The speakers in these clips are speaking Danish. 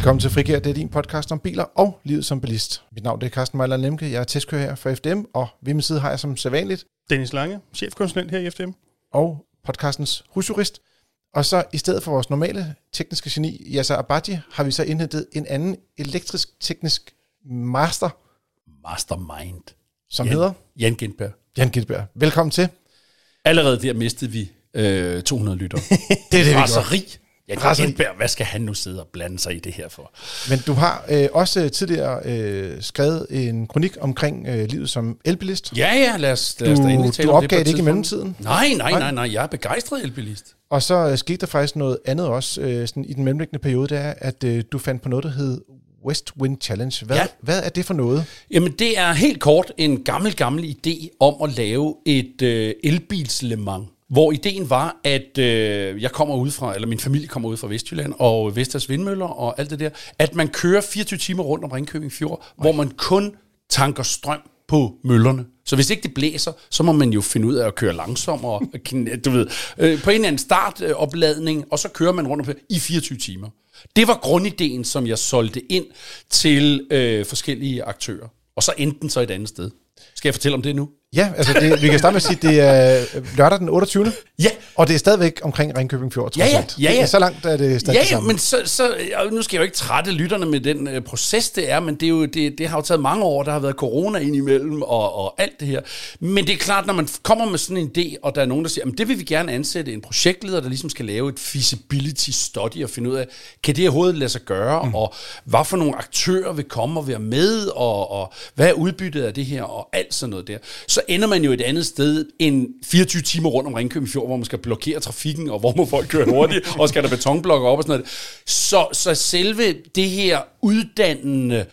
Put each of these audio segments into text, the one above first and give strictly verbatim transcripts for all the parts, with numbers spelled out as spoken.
Velkommen til Frigær, det er din podcast om biler og livet som bilist. Mit navn er Carsten Mejler Lemke, jeg er testkører her for F D M, og ved min side har jeg som sædvanligt Dennis Lange, chefkonsulent her i F D M. Og podcastens husjurist. Og så i stedet for vores normale tekniske geni, Yasser Abadji, har vi så indhentet en anden elektrisk teknisk master. Mastermind. Som Jan, hedder? Jan Gindberg. Jan Gindberg. Velkommen til. Allerede der mistede vi øh, to hundrede lyttere. Det er det, vi Raseri. Jan Raseri. Gindberg, hvad skal han nu sidde og blande sig i det her for? Men du har øh, også tidligere øh, skrevet en kronik omkring øh, livet som elbilist. Ja, ja, lad os, lad os Du, da endelig tale du om det opgav på det ikke i tidspunkt. mellemtiden? Nej, nej, nej, nej, jeg er begejstret elbilist. Og så øh, skete der faktisk noget andet også øh, sådan i den mellemliggende periode, det er, at øh, du fandt på noget, der hed West Wind Challenge. Hvad, Ja. hvad er det for noget? Jamen, det er helt kort en gammel, gammel idé om at lave et øh, elbilslemang. Hvor ideen var, at øh, jeg kommer ud fra, eller min familie kommer ud fra Vestjylland, og Vestas Vindmøller og alt det der, at man kører fireogtyve timer rundt om Ringkøbing Fjord, okay. hvor man kun tanker strøm på møllerne. Så hvis ikke det blæser, så må man jo finde ud af at køre langsommere, du ved, øh, på en eller anden startopladning, og så kører man rundt om i fireogtyve timer. Det var grundideen, som jeg solgte ind til øh, forskellige aktører. Og så endte den så et andet sted. Skal jeg fortælle om det nu? Ja, altså det, vi kan starte med at sige, at det er lørdag den otteogtyvende Ja. Og det er stadigvæk omkring Ringkøbing Fjord, trods Ja, ja, alt. ja, ja. Det er så langt er det stadig Ja, det ja, samme. men så, så, nu skal jeg jo ikke trætte lytterne med den øh, proces, det er, men det, er jo, det, det har jo taget mange år, der har været corona indimellem og, og alt det her. Men det er klart, når man kommer med sådan en idé, og der er nogen, der siger, at det vil vi gerne ansætte en projektleder, der ligesom skal lave et feasibility study og finde ud af, kan det overhovedet lade sig gøre, mm. og hvad for nogle aktører vil komme og være med, og, og hvad er udbyttet af det her, og alt sådan noget der. Så ender man jo et andet sted end fireogtyve timer rundt om Ringkøbing Fjord, hvor man skal blokere trafikken, og hvor må folk køre hurtigt, og skal der betonblokke op og sådan noget. Så, så selve det her uddannende,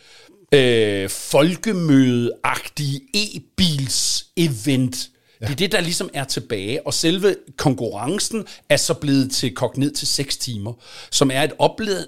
øh, folkemødeagtige e-bils-event, ja. Det er det, der ligesom er tilbage, og selve konkurrencen er så blevet til kogt ned til seks timer, som er et oplad,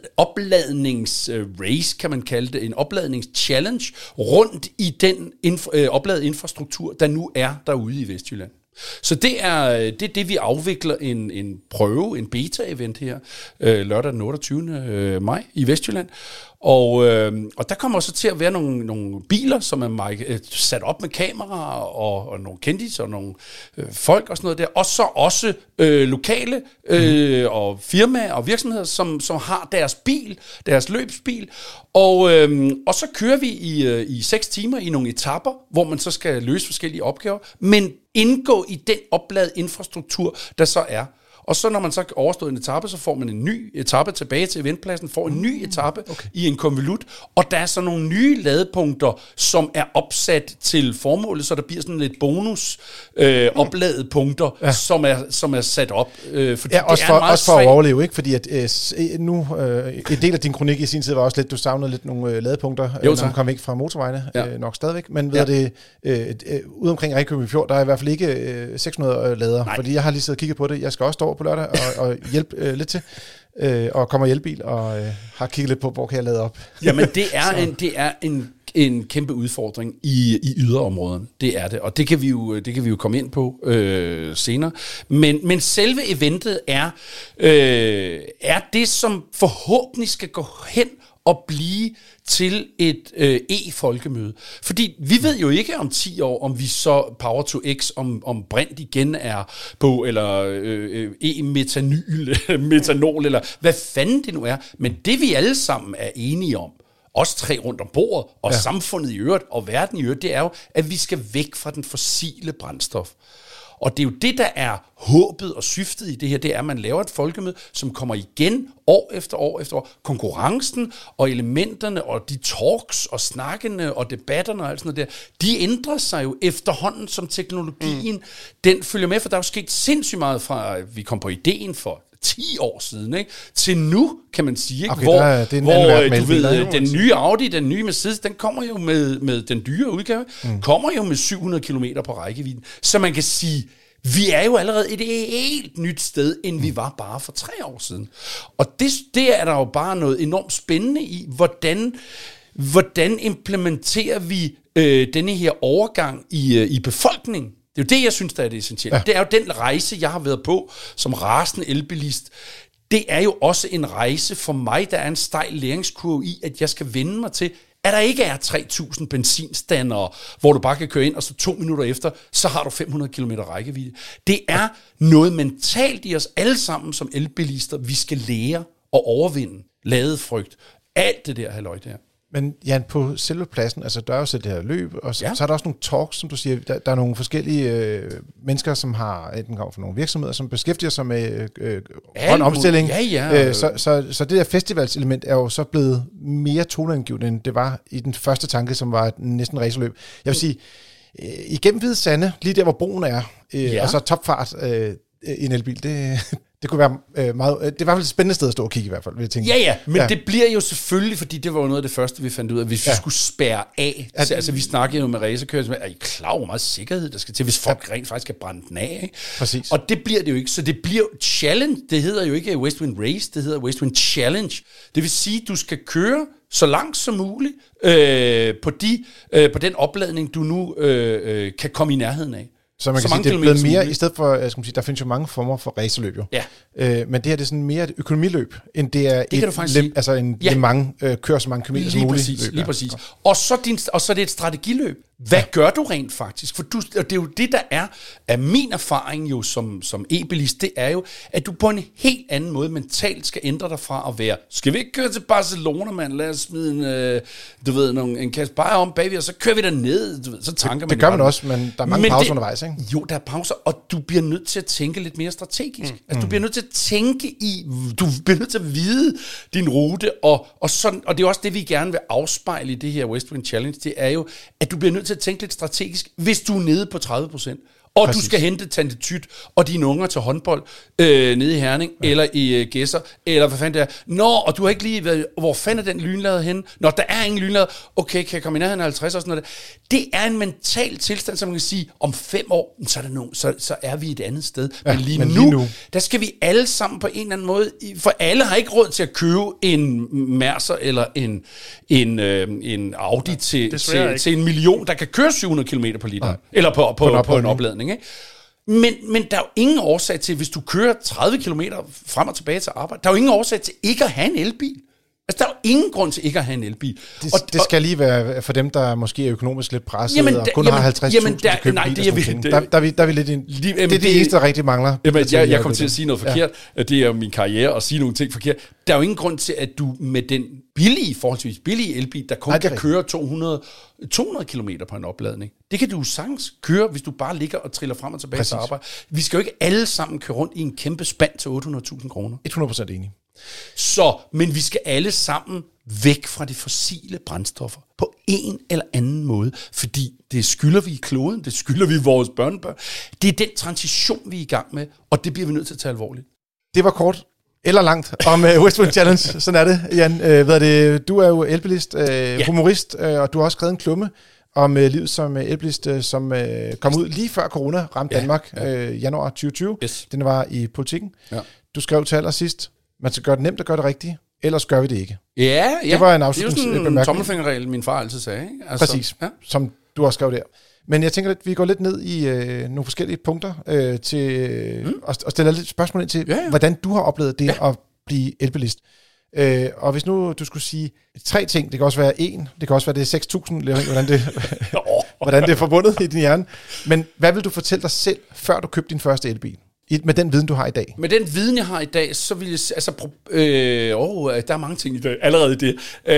opladningsrace, kan man kalde det, en opladningschallenge rundt i den inf- øh, opladede infrastruktur, der nu er derude i Vestjylland. Så det er det, er det vi afvikler en, en prøve, en beta-event her, øh, lørdag den otteogtyvende maj i Vestjylland. Og, øh, og der kommer så til at være nogle, nogle biler, som er øh, sat op med kameraer, og, og nogle kendis og nogle øh, folk og sådan noget der. Og så også øh, lokale øh, og firmaer og virksomheder, som, som har deres bil, deres løbsbil. Og, øh, og så kører vi i, øh, i seks timer i nogle etaper, hvor man så skal løse forskellige opgaver, men indgå i den opladede infrastruktur, der så er. Og så når man så overstået en etape, så får man en ny etape tilbage til eventpladsen, får en ny etape okay. i en konvolut, og der er så nogle nye ladepunkter, som er opsat til formålet, så der bliver sådan lidt bonus øh, opladepunkter, ja. som, er, som er sat op. Øh, fordi ja, også det for, er også for svag... at overleve, ikke? Fordi at, øh, nu, øh, en del af din kronik i sin tid var også lidt, du savnede lidt nogle øh, ladepunkter, jo, når man kom ikke fra motorvejene, ja. øh, nok stadigvæk, men ved ja. det, øh, øh, ude omkring Ringkøbing Fjord, der er i hvert fald ikke øh, seks hundrede lader, Nej. fordi jeg har lige siddet og kigget på det, jeg skal også stå over på lørdag og, og hjælpe øh, lidt til, øh, og kommer i elbil, og øh, har kigget lidt på, hvor kan jeg lade op. Jamen, det er, en, det er en, en kæmpe udfordring i, i yderområderne. Det er det, og det kan vi jo, det kan vi jo komme ind på øh, senere. Men, men selve eventet er, øh, er det, som forhåbentlig skal gå hen og blive til et øh, e-folkemøde. Fordi vi ved jo ikke om ti år, om vi så Power to X, om, om brint igen er på, eller øh, e-metanol, metanol, eller hvad fanden det nu er. Men det vi alle sammen er enige om, os tre rundt om bordet, og ja. samfundet i øvrigt, og verden i øvrigt, det er jo, at vi skal væk fra den fossile brændstof. Og det er jo det, der er håbet og syftet i det her, det er, at man laver et folkemøde, som kommer igen år efter år efter år. Konkurrencen og elementerne og de talks og snakkene og debatterne og alt sådan noget der, de ændrer sig jo efterhånden, som teknologien, mm. den følger med, for der er jo sket sindssygt meget fra, at vi kom på ideen for ti år siden, ikke? Til nu, kan man sige, ikke? Okay, hvor, der, det er hvor du ved, den nye Audi, den nye Mercedes, den kommer jo med, med den dyre udgave, mm. kommer jo med syv hundrede kilometer på rækkevidden. Så man kan sige, vi er jo allerede et helt nyt sted, end mm. vi var bare for tre år siden. Og det, det er der jo bare noget enormt spændende i, hvordan, hvordan implementerer vi øh, denne her overgang i, øh, i befolkningen. Det er jo det, jeg synes, der er det essentielle. Ja. Det er jo den rejse, jeg har været på som rasende elbilist. det er jo også en rejse for mig, der er en stejl læringskurve i, at jeg skal vende mig til, at der ikke er tre tusind benzinstandere, hvor du bare kan køre ind, og så to minutter efter, så har du fem hundrede kilometer rækkevidde. Det er noget mentalt i os alle sammen som elbilister, vi skal lære at overvinde. Ladefrygt. Alt det der halløj der. Men Jan, på selve pladsen, altså der er jo så det her løb, og så, ja. så er der også nogle talks, som du siger, der, der er nogle forskellige øh, mennesker, som har enten kommer fra nogle virksomheder, som beskæftiger sig med øh, grøn omstilling. Ja, ja. Øh, så, så, så det der festivalselement er jo så blevet mere toneangivende, end det var i den første tanke, som var et næsten racerløb. Jeg vil sige, øh, igennem Hvide Sande, lige der hvor broen er, øh, ja. og så topfart øh, i en elbil, det... Det kunne være øh, meget... Det er i hvert fald et spændende sted at stå og kigge i hvert fald, vil jeg tænke. Ja, ja, men ja. det bliver jo selvfølgelig, fordi det var jo noget af det første, vi fandt ud af, hvis ja. vi skulle spærre af. Altså, altså vi snakkede jo med racerkørsel, er I klar over meget sikkerhed, der skal til, hvis folk ja. rent faktisk kan brænde den af, ikke? Præcis. Og det bliver det jo ikke, så det bliver challenge, det hedder jo ikke Westwind Race, det hedder Westwind Challenge. Det vil sige, du skal køre så langt som muligt øh, på, de, øh, på den opladning, du nu øh, øh, kan komme i nærheden af. Så man kan så sige, det er blevet mere, i stedet for, jeg skal sige, der findes jo mange former for racerløb jo. Ja. Øh, men det her det er sådan mere et økonomiløb, end det er det et lem, altså en ja. mange, øh, kører så mange kilometer som muligt. Præcis, lige præcis. Og så, din, og så er det et strategiløb. Hvad ja. gør du rent faktisk? For du, og det er jo det, der er af min erfaring jo som, som e-bilist, det er jo, at du på en helt anden måde mentalt skal ændre dig fra at være, skal vi ikke køre til Barcelona, mand? Lad os smide en, øh, du ved, nogle, en kasse bajer om bagved, og så kører vi derned. Du ved, så tanker det, man det gør man også, men der er mange men pauser det, undervejs, ikke? Jo, der er pauser, og du bliver nødt til at tænke lidt mere strategisk. Mm. Altså, du bliver nødt til at tænke i, du bliver nødt til at vide din rute, og, og, sådan, og det er også det, vi gerne vil afspejle i det her Westwind Challenge, det er jo, at du bliver nødt til at tænke lidt strategisk, hvis du er nede på tredive procent. Og Præcis. du skal hente Tante Tyt og dine unger til håndbold øh, nede i Herning, ja. eller i øh, Gæsser, eller hvad fanden det er. Nå, og du har ikke lige været, hvor fanden er den lynlader henne? Nå, der er ingen lynlader. Okay, kan jeg komme i nærheden af halvtreds og sådan noget. Det er en mental tilstand, som man kan sige, om fem år, så er, der nogen, så, så er vi et andet sted. Ja, men, lige, men nu, lige nu, der skal vi alle sammen på en eller anden måde, for alle har ikke råd til at købe en Mercer eller en, en, øh, en Audi ja, til, til, til en million, der kan køre syv hundrede kilometer på liter, ja. eller på, på, på, på en opladning. Ikke? Men, men der er jo ingen årsag til, hvis du kører tredive kilometer frem og tilbage til arbejde, der er jo ingen årsag til ikke at have en elbil. Altså, der er jo ingen grund til ikke at have en elbil. Det, og, det skal lige være for dem, der måske er økonomisk lidt presset, jamen, og kun jamen, har halvtreds tusind til at købe nej, bil. Det, det, der, der, er vi, der er vi lidt en, lige, det er det, det eneste, der rigtig mangler. Jamen, jeg, jeg kommer til at sige noget forkert. Ja. Det er jo min karriere at sige nogle ting forkert. Der er jo ingen grund til, at du med den billige, forholdsvis billige elbil, der kun nej, kan køre to hundrede kilometer på en opladning. Det kan du sagtens køre, hvis du bare ligger og triller frem og tilbage Præcis. til arbejde. Vi skal jo ikke alle sammen køre rundt i en kæmpe spand til otte hundrede tusind kroner. hundrede procent enig. Så, men vi skal alle sammen væk fra de fossile brændstoffer på en eller anden måde, fordi det skylder vi i kloden, det skylder vi vores børnebørn. Det er den transition, vi er i gang med, og det bliver vi nødt til at tage alvorligt. Det var kort eller langt om uh, Westwind Challenge. Sådan er det, Jan. Uh, hvad er det? Du er jo elbilist, uh, ja. humorist, uh, og du har også skrevet en klumme om uh, livet som uh, elbilist, uh, som uh, kom ud lige før corona ramte ja. Danmark, ja. Uh, januar tyve tyve. Yes. Den var i Politiken. Ja. Du skrev til allersidst, man skal gøre det nemt at gøre det rigtige, ellers gør vi det ikke. Ja, ja. Det var en afslutningsbemærkning. Det er jo sådan en tommelfingerregel, min far altid sagde. Ikke? Altså, Præcis, ja. Som du også skrev der. Men jeg tænker lidt, vi går lidt ned i øh, nogle forskellige punkter øh, til mm. og, og stiller lidt spørgsmål ind til, ja, ja. hvordan du har oplevet det ja. at blive elbilist. Øh, og hvis nu du skulle sige tre ting, det kan også være en, det kan også være det er seks tusind, hvordan det, hvordan det er forbundet i din hjerne. Men hvad vil du fortælle dig selv, før du købte din første elbil? Med den viden, du har i dag. Med den viden, jeg har i dag, så vil jeg... Altså, øh, åh, der er mange ting i det, allerede i det.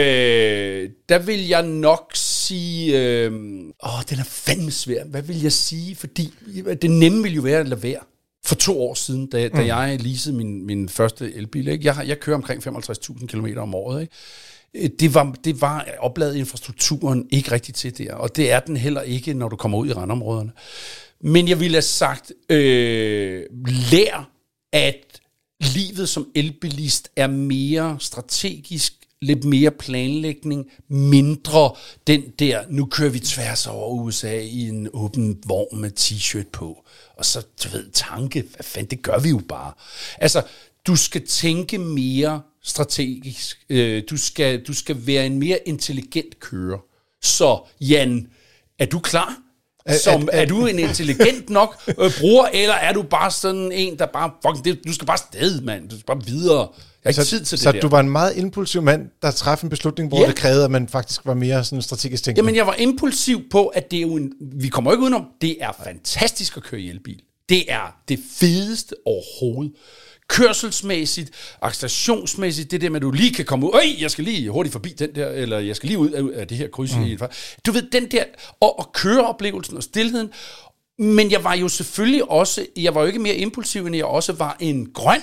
Øh, der vil jeg nok sige... Øh, åh, den er fandme svær. Hvad vil jeg sige? Fordi det nemme vil jo være at lade være. For to år siden, da, mm. da jeg leasede min, min første elbil. Ikke? Jeg, jeg kører omkring femoghalvtreds tusind kilometer om året. Ikke? Det var, det var opladet infrastrukturen ikke rigtig til der. Og det er den heller ikke, når du kommer ud i randområderne. Men jeg ville have sagt, øh, lær, at livet som elbilist er mere strategisk, lidt mere planlægning, mindre den der, nu kører vi tværs over U S A i en åben vogn med t-shirt på. Og så, du ved, tanke, hvad fanden, det gør vi jo bare. Altså, du skal tænke mere strategisk. Øh, du, skal, du skal være en mere intelligent kører. Så, Jan, er du klar? som, er, er, er du en intelligent nok øh, bruger, eller er du bare sådan en, der bare, fuck, det, du skal bare sted, mand, du skal bare videre. Jeg har ikke så, tid til så det der. Så du var en meget impulsiv mand, der træffede en beslutning, hvor ja. det krævede, at man faktisk var mere sådan strategisk tænkende? Jamen, jeg var impulsiv på, at det er jo en, vi kommer ikke udenom, det er fantastisk at køre i elbil. Det er det fedeste overhovedet. Kørselsmæssigt, accelerationsmæssigt, det der med, at du lige kan komme ud, øj, jeg skal lige hurtigt forbi den der, eller jeg skal lige ud af, af det her kryds. Mm. Du ved, den der, og, og køreoplevelsen og stilheden. Men jeg var jo selvfølgelig også, jeg var jo ikke mere impulsiv, end jeg også var en grøn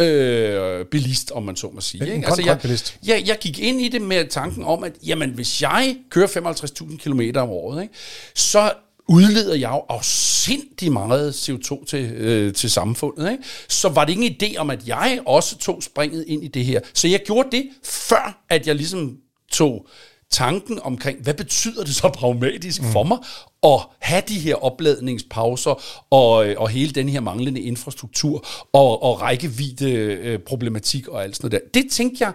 øh, bilist, om man så må sige. En ikke? grøn, altså, grøn bilist. Jeg, jeg, jeg gik ind i det med tanken om, at jamen, hvis jeg kører femoghalvtreds tusind kilometer om året, ikke, så udleder jeg jo afsindig meget C O to til, øh, til samfundet. Ikke? Så var det ikke en idé om, at jeg også tog springet ind i det her. Så jeg gjorde det, før at jeg ligesom tog tanken omkring, hvad betyder det så pragmatisk mm. for mig at have de her opladningspauser og, og hele den her manglende infrastruktur og, og rækkevidde øh, problematik og alt sådan noget der. Det tænkte jeg,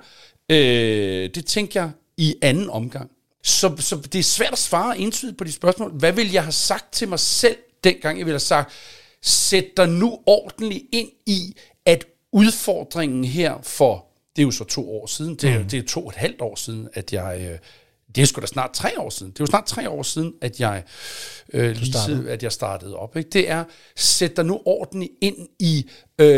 øh, det tænkte jeg i anden omgang. Så, så det er svært at svare entydigt på de spørgsmål. Hvad vil jeg have sagt til mig selv, dengang jeg ville have sagt, sæt dig nu ordentligt ind i, at udfordringen her for, det er jo så to år siden, det er, mm. det er to og et halvt år siden, at jeg, det er sgu da snart tre år siden, det er jo snart tre år siden, at jeg, øh, lige startede. at jeg startede op. Ikke? Det er, sæt dig nu ordentligt ind i,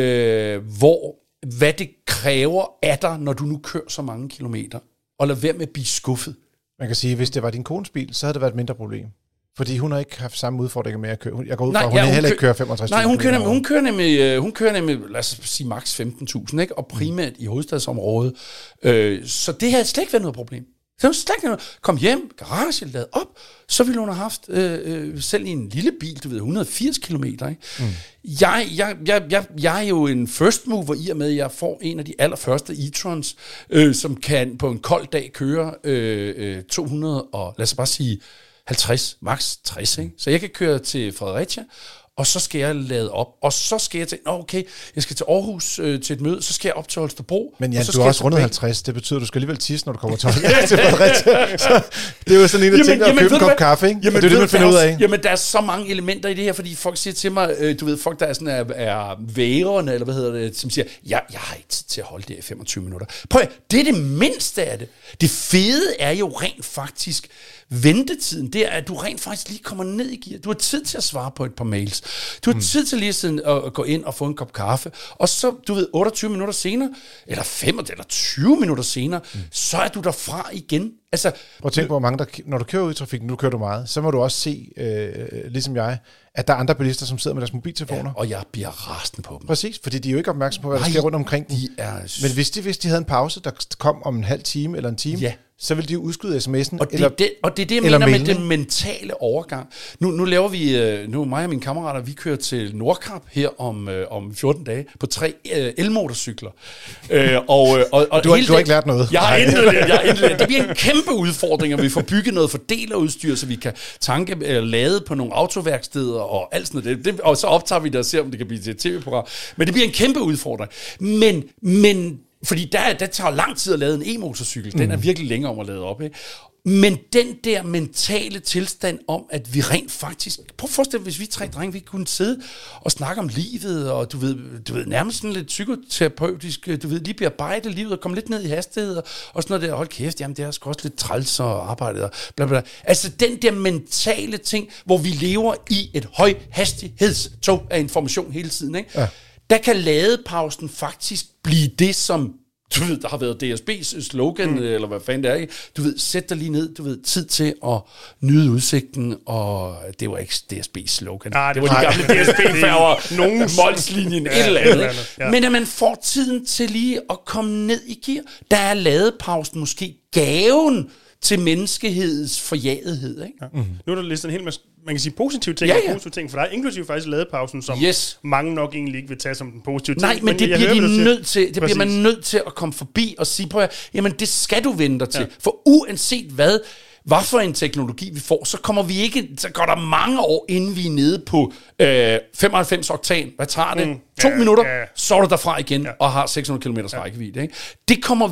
øh, hvor, hvad det kræver af dig, når du nu kører så mange kilometer, og lad være med at blive skuffet. Man kan sige, at hvis det var din kones bil, så havde det været et mindre problem. Fordi hun har ikke haft samme udfordringer med at køre. Jeg går ud fra, at hun, ja, hun heller ikke kører femogtres tusind. Nej, hun kører, nemlig, hun kører nemlig, hun kører nemlig, lad os sige, maks femten tusind, ikke? Og primært mm. i hovedstadsområdet. Øh, så det havde slet ikke været noget problem. Det var slet ikke noget. Kom hjem, garage, lad op, så ville hun have haft, øh, øh, selv i en lille bil, du ved, et hundrede og firs kilometer, ikke? Mm. Jeg, jeg, jeg, jeg, jeg er jo en first mover i og med, at jeg får en af de allerførste e-trons, øh, som kan på en kold dag køre øh, øh, to hundrede og, lad os bare sige, halvtreds, maks tres, ikke? Så jeg kan køre til Fredericia, og så skal jeg lade op, og så skal jeg tænke, okay, jeg skal til Aarhus øh, til et møde, så skal jeg op til Holstebro. Men Jan, du har også rundet halvtreds, det betyder, at du skal alligevel tisse, når du kommer til Fredericia. Så det er jo sådan en af tingene at købe en kop kaffe, ikke? Jamen, og det er det, man finder ud af. Jamen, der er så mange elementer i det her, fordi folk siger til mig, øh, du ved, folk der er sådan er, er værende, eller hvad hedder det, som siger, ja, jeg har ikke tid til at holde det i femogtyve minutter. Prøv, det er det mindste af det. Det fede er jo rent faktisk, ventetiden, det er, at du rent faktisk lige kommer ned i gear. Du har tid til at svare på et par mails. Du har mm. tid til lige sådan at gå ind og få en kop kaffe. Og så, du ved, otteogtyve minutter senere, eller fem eller tyve minutter senere, mm. så er du derfra igen. Altså, prøv at tænke på, hvor mange der, når du kører ud i trafikken, nu kører du meget, så må du også se, øh, ligesom jeg, at der er andre bilister, som sidder med deres mobiltelefoner. Ja, og jeg bliver rasende på dem. Præcis, fordi de er jo ikke opmærksomme på, hvad der Nej, sker rundt omkring dem. De er... Men hvis de, hvis de havde en pause, der kom om en halv time eller en time, ja. så ville de jo udskyde sms'en. Og det, eller, det, og det er det, jeg mener med den mentale overgang. Nu, nu laver vi, nu mig og mine kammerater, vi kører til Nordkap her om, om fjorten dage på tre øh, elmotorcykler. øh, og, og, og du har, du har ikke lært noget. Jeg har indledt, jeg har indledt. Det bliver en kæmpe udfordring, at vi får bygget noget fordelerudstyr, så vi kan tanke eller lade på nogle autoværksteder og alt sådan noget. Det, det, og så optager vi det og ser, om det kan blive til et tv-program. Men det bliver en kæmpe udfordring. Men, men fordi der, der tager lang tid at lade en e-motorcykel. Den er virkelig længere om at lade op, ikke? Men den der mentale tilstand om, at vi rent faktisk... Prøv at forestille, hvis vi tre drenge, vi kunne sidde og snakke om livet, og du ved, du ved nærmest sådan lidt psykoterapeutisk, du ved, lige bearbejde livet og komme lidt ned i hastigheder, og sådan noget der, hold kæft, jamen det er sgu også lidt træls og arbejdet, og bla bla. Altså den der mentale ting, hvor vi lever i et højhastighedstog af information hele tiden, ikke? Ja. Der kan ladepausen faktisk blive det, som, du ved, der har været D S B's slogan, mm. eller hvad fanden det er, ikke? Du ved, sæt dig lige ned, du ved, tid til at nyde udsigten, og det var ikke D S B's slogan. Ah, det, det var de gamle D S B-færger, nogen Molslinjen, et eller andet. Ikke? Ja. Men at man får tiden til lige at komme ned i gear, der er ladepausen måske gaven til menneskehedets forjagethed, ikke? Ja. Mm-hmm. Nu er der lidt en hel masse, man kan sige positive ting, ja, og ja. positive ting for dig, inklusive faktisk ladepausen, som yes. mange nok egentlig ikke vil tage som den positive ting. Nej, men, men det, bliver, de nødt til, det bliver man nødt til at komme forbi og sige på, jamen det skal du vende dig til, ja. For uanset hvad, hvad for en teknologi vi får, så kommer vi ikke, så går der mange år, inden vi er nede på øh, femoghalvfems oktan. Hvad tager det? Mm, to ja, minutter, ja. Så er du derfra igen, ja. Og har seks hundrede kilometer ja. rækkevidde. Ikke? Det kommer vi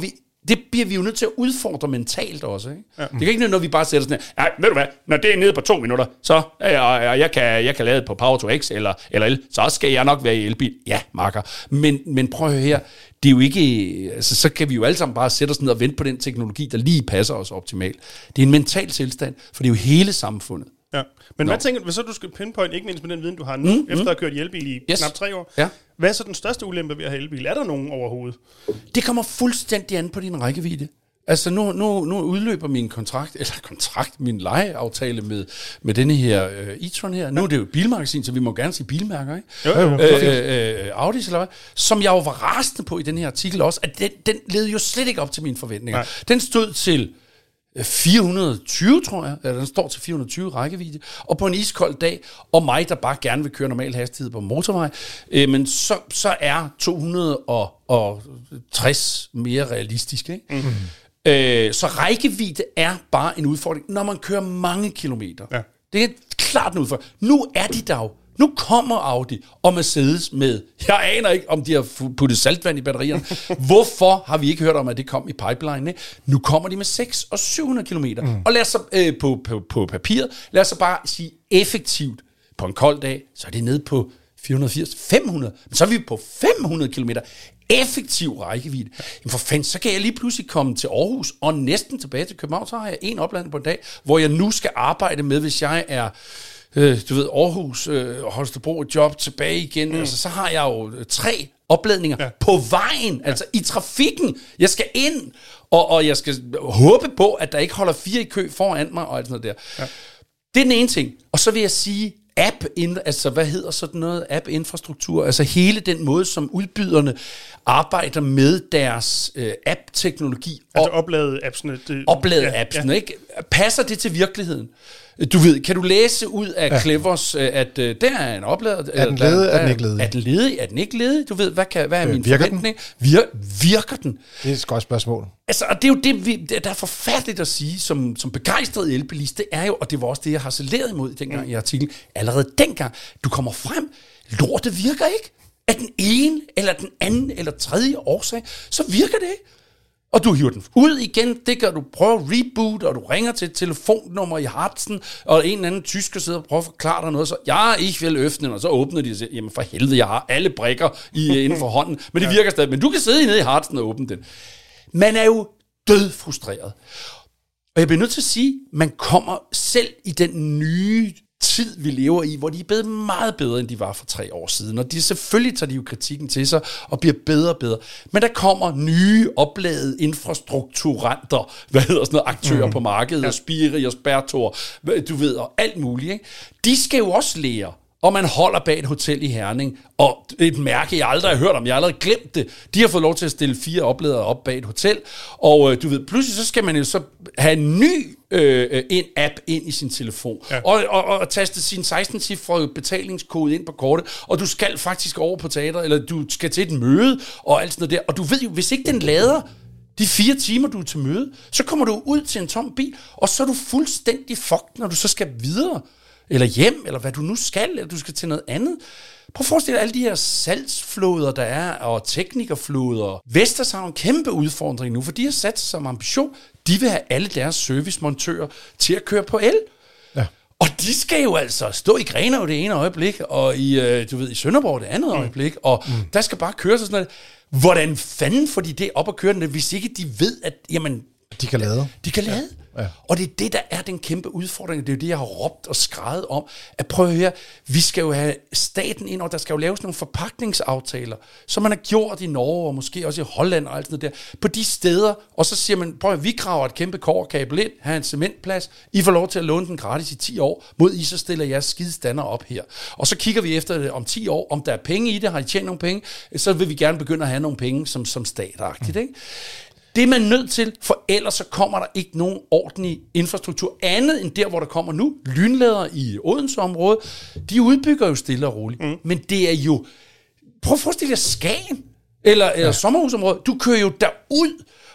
det bliver vi jo nødt til at udfordre mentalt også. Ikke? Ja. Det kan ikke noget, når vi bare sætter sådan her, ved du hvad, når det er nede på to minutter, så jeg, jeg, kan, jeg kan lade det på Power to X eller, eller el, så skal jeg nok være i elbil. Ja, makker. Men, men prøv at høre her, det er jo ikke, altså, så kan vi jo alle sammen bare sætte os ned og vente på den teknologi, der lige passer os optimalt. Det er en mental tilstand, for det er jo hele samfundet. Ja. Men Nå. Hvad tænker du, hvis så du skal pinpoint, ikke mindst med den viden, du har nu, mm, efter at have kørt i elbil i yes. knap tre år, ja. Hvad er så den største ulempe ved at have elbil? Er der nogen overhovedet? Det kommer fuldstændig an på din rækkevidde. Altså nu, nu, nu udløber min kontrakt, eller kontrakt, min lejeaftale med, med denne her uh, e-tron her. Nu er det jo et bilmagasin, så vi må gerne sige bilmærker, ikke? Jo, jo, øh, øh, Audis eller hvad? Som jeg jo var rasende på i den her artikel også, at den, den led jo slet ikke op til mine forventninger. Nej. Den stod til fire hundrede og tyve, tror jeg. Ja, den står til fire hundrede og tyve rækkevidde. Og på en iskold dag, og mig, der bare gerne vil køre normal hastighed på motorvej, øh, men så, så er to hundrede og tres mere realistisk, ikke? Mm-hmm. Øh, så rækkevidde er bare en udfordring, når man kører mange kilometer. Ja. Det er klart en udfordring. Nu er de der jo. Nu kommer Audi og Mercedes med, jeg aner ikke, om de har puttet saltvand i batterierne. Hvorfor har vi ikke hørt om, at det kom i pipeline? Nu kommer de med seks og syv hundrede kilometer. Mm. Og lad os så, øh, på, på, på papiret, lad os så bare sige effektivt, på en kold dag, så er det nede på fire hundrede og firs, fem hundrede. Men så er vi på fem hundrede kilometer. Effektiv rækkevidde. Jamen for fanden, så kan jeg lige pludselig komme til Aarhus og næsten tilbage til København. Så har jeg en opladning på en dag, hvor jeg nu skal arbejde med, hvis jeg er øh, du ved, Aarhus, øh, Holstebro, job tilbage igen. Mm. Altså, så har jeg jo tre opladninger ja. På vejen, ja. Altså i trafikken. Jeg skal ind, og, og jeg skal håbe på, at der ikke holder fire i kø foran mig, og alt sådan noget der. Ja. Det er den ene ting. Og så vil jeg sige, app, altså hvad hedder sådan noget, app-infrastruktur, altså hele den måde, som udbyderne arbejder med deres øh, app-teknologi. Altså oplade appsene. Det, oplade ja, appsene, ja. Ikke? Passer det til virkeligheden? Du ved, kan du læse ud af ja. Clevers, at uh, der er en oplader? Er den ledig, er den ikke ledig? Er den ledig, er den ikke ledig? Du ved, hvad, kan, hvad er øh, min virker forventning? Den? Vir, virker den? Det er et godt spørgsmål. Altså, og det er jo det, vi, der er forfærdeligt at sige, som, som begejstret elbilist, det er jo, og det var også det, jeg harcelerede imod dengang mm. i artiklen, allerede dengang, du kommer frem, lortet virker ikke. Af den ene, eller den anden, eller tredje årsag, så virker det ikke. Og du hiver den ud igen, det kan du prøve at reboot, og du ringer til et telefonnummer i Harzen, og en eller anden tysker sidder og prøver at forklare dig noget, så ja, ich vil øfne, og så åbner de og siger, jamen for helvede, jeg har alle brikker i, inden for hånden, men det virker stadig, men du kan sidde nede i Harzen og åbne den. Man er jo død frustreret. Og jeg bliver nødt til at sige, man kommer selv i den nye tid, vi lever i, hvor de er blevet meget bedre, end de var for tre år siden. Og de selvfølgelig tager de jo kritikken til sig og bliver bedre og bedre. Men der kommer nye, opladede infrastrukturanter, hvad hedder sådan noget, aktører mm. på markedet, ja. Spiri og Spertor, du ved, og alt muligt. Ikke? De skal jo også lære. Og man holder bag et hotel i Herning, og et mærke, jeg aldrig har hørt om, jeg har allerede glemt det. De har fået lov til at stille fire opladere op bag et hotel, og øh, du ved, pludselig så skal man jo så have en ny øh, en app ind i sin telefon, ja. og, og, og taste sin seksten-cifrede betalingskode ind på kortet, og du skal faktisk over på teater, eller du skal til et møde, og alt sådan noget der. Og du ved jo, hvis ikke den lader de fire timer, du er til møde, så kommer du ud til en tom bil, og så er du fuldstændig fucked, når du så skal videre, eller hjem, eller hvad du nu skal, eller du skal til noget andet. Prøv at forestille dig alle de her salgsfloder, der er, og teknikerfloder. Vestas har en kæmpe udfordring nu, for de har sat sig som ambition, de vil have alle deres servicemontører til at køre på el. Ja. Og de skal jo altså stå i Grenaa det ene øjeblik, og i, du ved, i Sønderborg det andet mm. øjeblik, og mm. der skal bare køre sig sådan noget. Hvordan fanden får de det op at køre den, hvis ikke de ved, at jamen, de kan lade. De kan lade. Ja. Ja. Og det er det, der er den kæmpe udfordring. Det er jo det, jeg har råbt og skreget om. At prøve at høre, vi skal jo have staten ind, og der skal jo laves nogle forpakningsaftaler, som man har gjort i Norge, og måske også i Holland og alt sådan noget der. På de steder, og så siger man, prøv at vi graver et kæmpe kobberkabel ind, have en cementplads, I får lov til at låne den gratis i ti år, mod I så stiller jeres skide stander op her. Og så kigger vi efter det om ti år, om der er penge i det, har I tjent nogle penge, så vil vi gerne begynde at have nogle penge som, som statagtigt, ikke? Det er man nødt til, for ellers så kommer der ikke nogen ordentlig infrastruktur, andet end der, hvor der kommer nu. Lynlader i Odense-området, de udbygger jo stille og roligt. Mm. Men det er jo, prøv at forestille dig Skagen, eller, eller ja. Sommerhusområdet, du kører jo derud,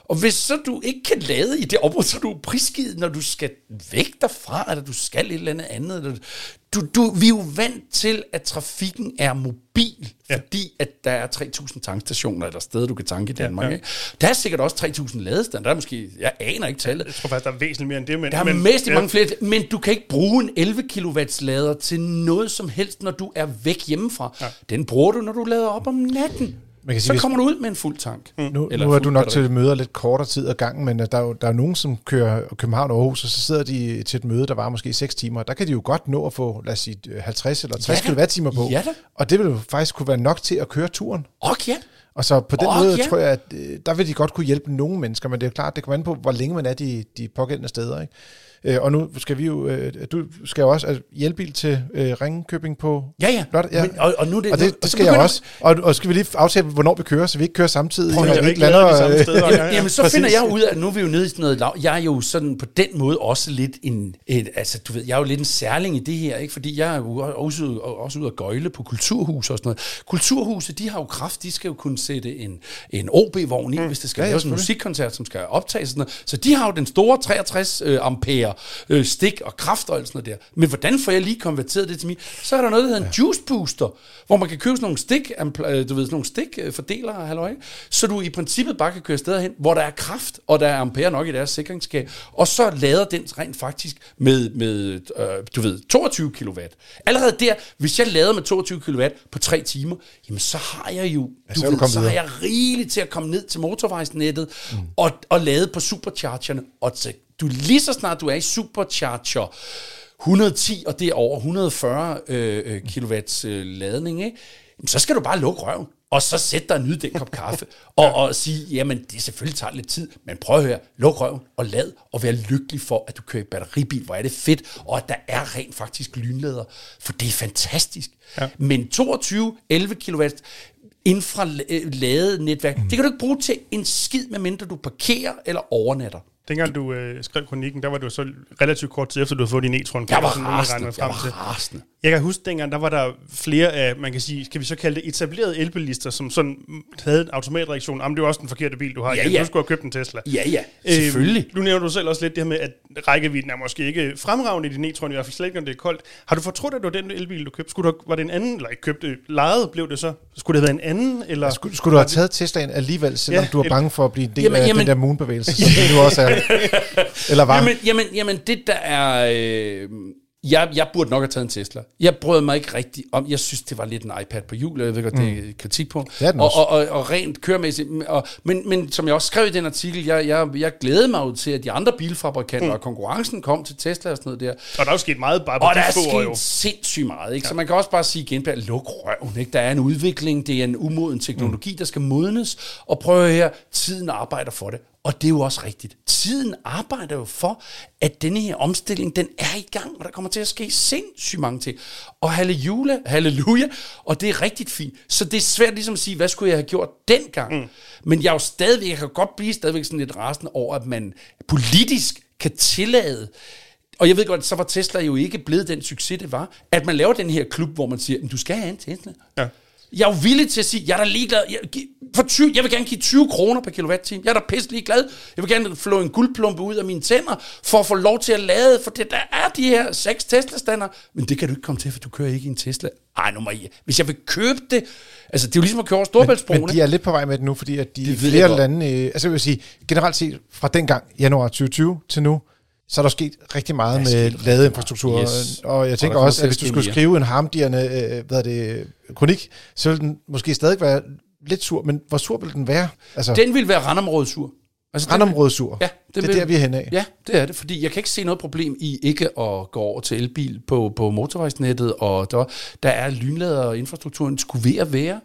Og hvis så du ikke kan lade i det område, så er du prisgivet, når du skal væk derfra, eller du skal et eller andet andet. Eller du, du, vi er jo vant til, at trafikken er mobil, ja. fordi at der er tre tusind tankstationer, eller steder, du kan tanke i Danmark. Ja, ja. Ikke? Der er sikkert også tre tusind ladestander. Der er måske, jeg aner ikke tallet. Jeg tror faktisk, der er væsentligt mere end det. Men, der er men, mest ja. mange flere, men du kan ikke bruge en elleve kilowatts lader til noget som helst, når du er væk hjemmefra. Ja. Den bruger du, når du lader op om natten. Sige, så kommer du ud med en fuld tank. Mm. Nu, nu er du nok batteri. Til møder lidt kortere tid ad gangen, men der er jo der er nogen, som kører København og Aarhus, og så sidder de til et møde, der var måske seks timer. Der kan de jo godt nå at få, lad os sige, halvtreds eller tres ja, kilowatt-timer på. Ja, og det vil jo faktisk kunne være nok til at køre turen. Okay, ja. Og så på den oh, måde ja. tror jeg, at der vil de godt kunne hjælpe nogle mennesker, men det er klart, det kommer an på, hvor længe man er de, de pågældende steder, ikke? Og nu skal vi jo, du skal jo også altså, hjælpebil til øh, Ringkøbing på ja, ja. Lørdag. Ja. Men, og, og, nu det, og det, nu, det skal jeg også. Og, og skal vi lige aftale, hvornår vi kører, så vi ikke kører samtidig. Prøv, jeg ikke lander de samme steder. Jamen, jamen så Præcis. Finder jeg ud af, at nu er vi jo nede i sådan noget lav. Jeg er jo sådan på den måde også lidt en, et, altså du ved, jeg er jo lidt en særling i det her, ikke? Fordi jeg er jo også, også ude at gøjle på kulturhus og sådan noget. Kulturhuset, de har jo kraft, de skal jo kunne sætte en, en O B-vogn i, mm. hvis det skal ja, laves en musikkoncert, som skal optages sådan noget. Så de har jo den store treogtres ampere øh, stik og kraft og alt sådan noget der. Men hvordan får jeg lige konverteret det til mig? Så er der noget, der hedder en juice booster, hvor man kan købe sådan nogle stik, du ved, sådan nogle stikfordelere, halløj, så du i princippet bare kan køre steder hen, hvor der er kraft, og der er ampere nok i deres sikringsskab, og så lader den rent faktisk med, med øh, du ved, toogtyve kilowatt. Allerede der, hvis jeg lader med toogtyve kilowatt på tre timer, jamen så har jeg jo, ja, du så, ved, du så har jeg rigeligt til at komme ned til motorvejsnettet mm. og, og lade på superchargerne, og til du lige så snart du er i supercharger et hundrede og ti og det er over et hundrede og fyrre øh, kilowatts øh, ladning, ikke? Så skal du bare lukke røven, og så sætte dig og nyde den kop kaffe, og, og sige, jamen det selvfølgelig tager lidt tid, men prøv at høre, luk røven og lad, og vær lykkelig for, at du kører i batteribil, hvor er det fedt, og at der er rent faktisk lynlader, for det er fantastisk. Ja. Men toogtyve elleve kilowatt infraladenetværk, mm. det kan du ikke bruge til en skid, medmindre du parkerer eller overnatter. Dengang du øh, skrev kronikken, der var det jo så relativt kort tid efter, du havde fået din e-tron. Jeg var rasende, jeg var rasende. Jeg kan huske, dengang der var der flere af, man kan sige, skal vi så kalde det etablerede elbilister, som sådan havde en automatreaktion. Jamen, det er jo også den forkerte bil, du har. Ja, ja. Du skulle have købt en Tesla. Ja, ja, selvfølgelig. Øh, nu nævner du selv også lidt det her med, at rækkevidden er måske ikke fremragende i din e-tron, i hvert fald slet ikke, når det er koldt. Har du fortrudt, at det var den elbil, du købte? Skulle du, var det en anden, eller ikke købte, lejet blev det så? Skulle det have været en anden? Eller? Skulle, skulle du have taget Teslaen alligevel, selvom ja, du var bange for at blive en del jamen, af jamen, den der moonbevægelse, som du også er? Eller var? Jamen, jamen, jamen, det der er... Øh, jeg, jeg burde nok have taget en Tesla. Jeg brød mig ikke rigtig om... Jeg synes, det var lidt en iPad på hjul, jeg ved godt, det er kritik på. Det er den og, og, og, og rent køremæssigt. Og, men, men som jeg også skrev i den artikel, jeg, jeg, jeg glædede mig jo til, at de andre bilfabrikanter mm. og konkurrencen kom til Tesla og sådan noget der. Og der er jo sket meget bare på og de få år, jo. Og der er sket sindssygt meget, ikke? Ja. Så man kan også bare sige igen, luk røven, ikke? Der er en udvikling, det er en umoden teknologi, mm. der skal modnes, og prøv her, tiden arbejder for det. Og det er jo også rigtigt. Tiden arbejder jo for, at denne her omstilling, den er i gang, og der kommer til at ske sindssygt mange ting. Og halleluja, halleluja, og det er rigtig fint. Så det er svært ligesom at sige, hvad skulle jeg have gjort dengang? Mm. Men jeg er jo stadigvæk, jeg kan godt blive stadigvæk sådan lidt rasende over, at man politisk kan tillade, og jeg ved godt, så var Tesla jo ikke blevet den succes, det var, at man laver den her klub, hvor man siger, du skal have en Tesla. Ja. Jeg er jo villig til at sige, jeg er da ligeglad. Jeg, for tyve, jeg vil gerne give tyve kroner per kilowatt-time. Jeg er da pisse glad. Jeg vil gerne flå en guldplumpe ud af mine tænder, for at få lov til at lade, for det, der er de her seks Tesla-stander. Men det kan du ikke komme til, for du kører ikke i en Tesla. Ej, nu må jeg. Hvis jeg vil købe det, altså det er jo ligesom at køre over Storebæltsbroen. Men, men de er lidt på vej med det nu, fordi at de, de flere lande, øh, altså jeg vil sige, generelt set fra dengang, januar tyve tyve til nu, så er der sket rigtig meget med ladeinfrastruktur. Yes. Og jeg tænker og også, at hvis du skulle skrive en harmdirrende øh, hvad er det, kronik, så ville den måske stadig være lidt sur, men hvor sur vil den være? Altså, den vil være randområdesur. Altså, randområdesur? Ja. Det, det er vil, der, vi er henne af. Ja, det er det, fordi jeg kan ikke se noget problem i ikke at gå over til elbil på, på motorvejsnettet, og der, der er lynlader og infrastrukturen skulle ved at være.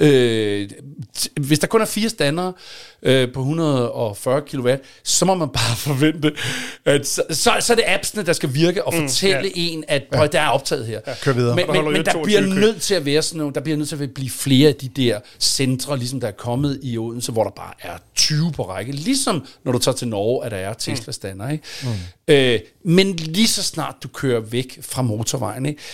Øh, hvis der kun er fire standere øh, på et hundrede og fyrre kilowatt, så må man bare forvente, at så, så, så er det appsene, der skal virke og fortælle mm, ja. en, at ja. der er optaget her. Ja, kør videre. Men, men, men der bliver nødt til at være sådan nogle, der bliver nødt til at blive flere af de der centre, ligesom der er kommet i Odense, hvor der bare er tyve på række. Ligesom når du tager til Norge, at der er Tesla-stander, ikke? Mm. Øh, men lige så snart du kører væk fra motorvejen, ikke?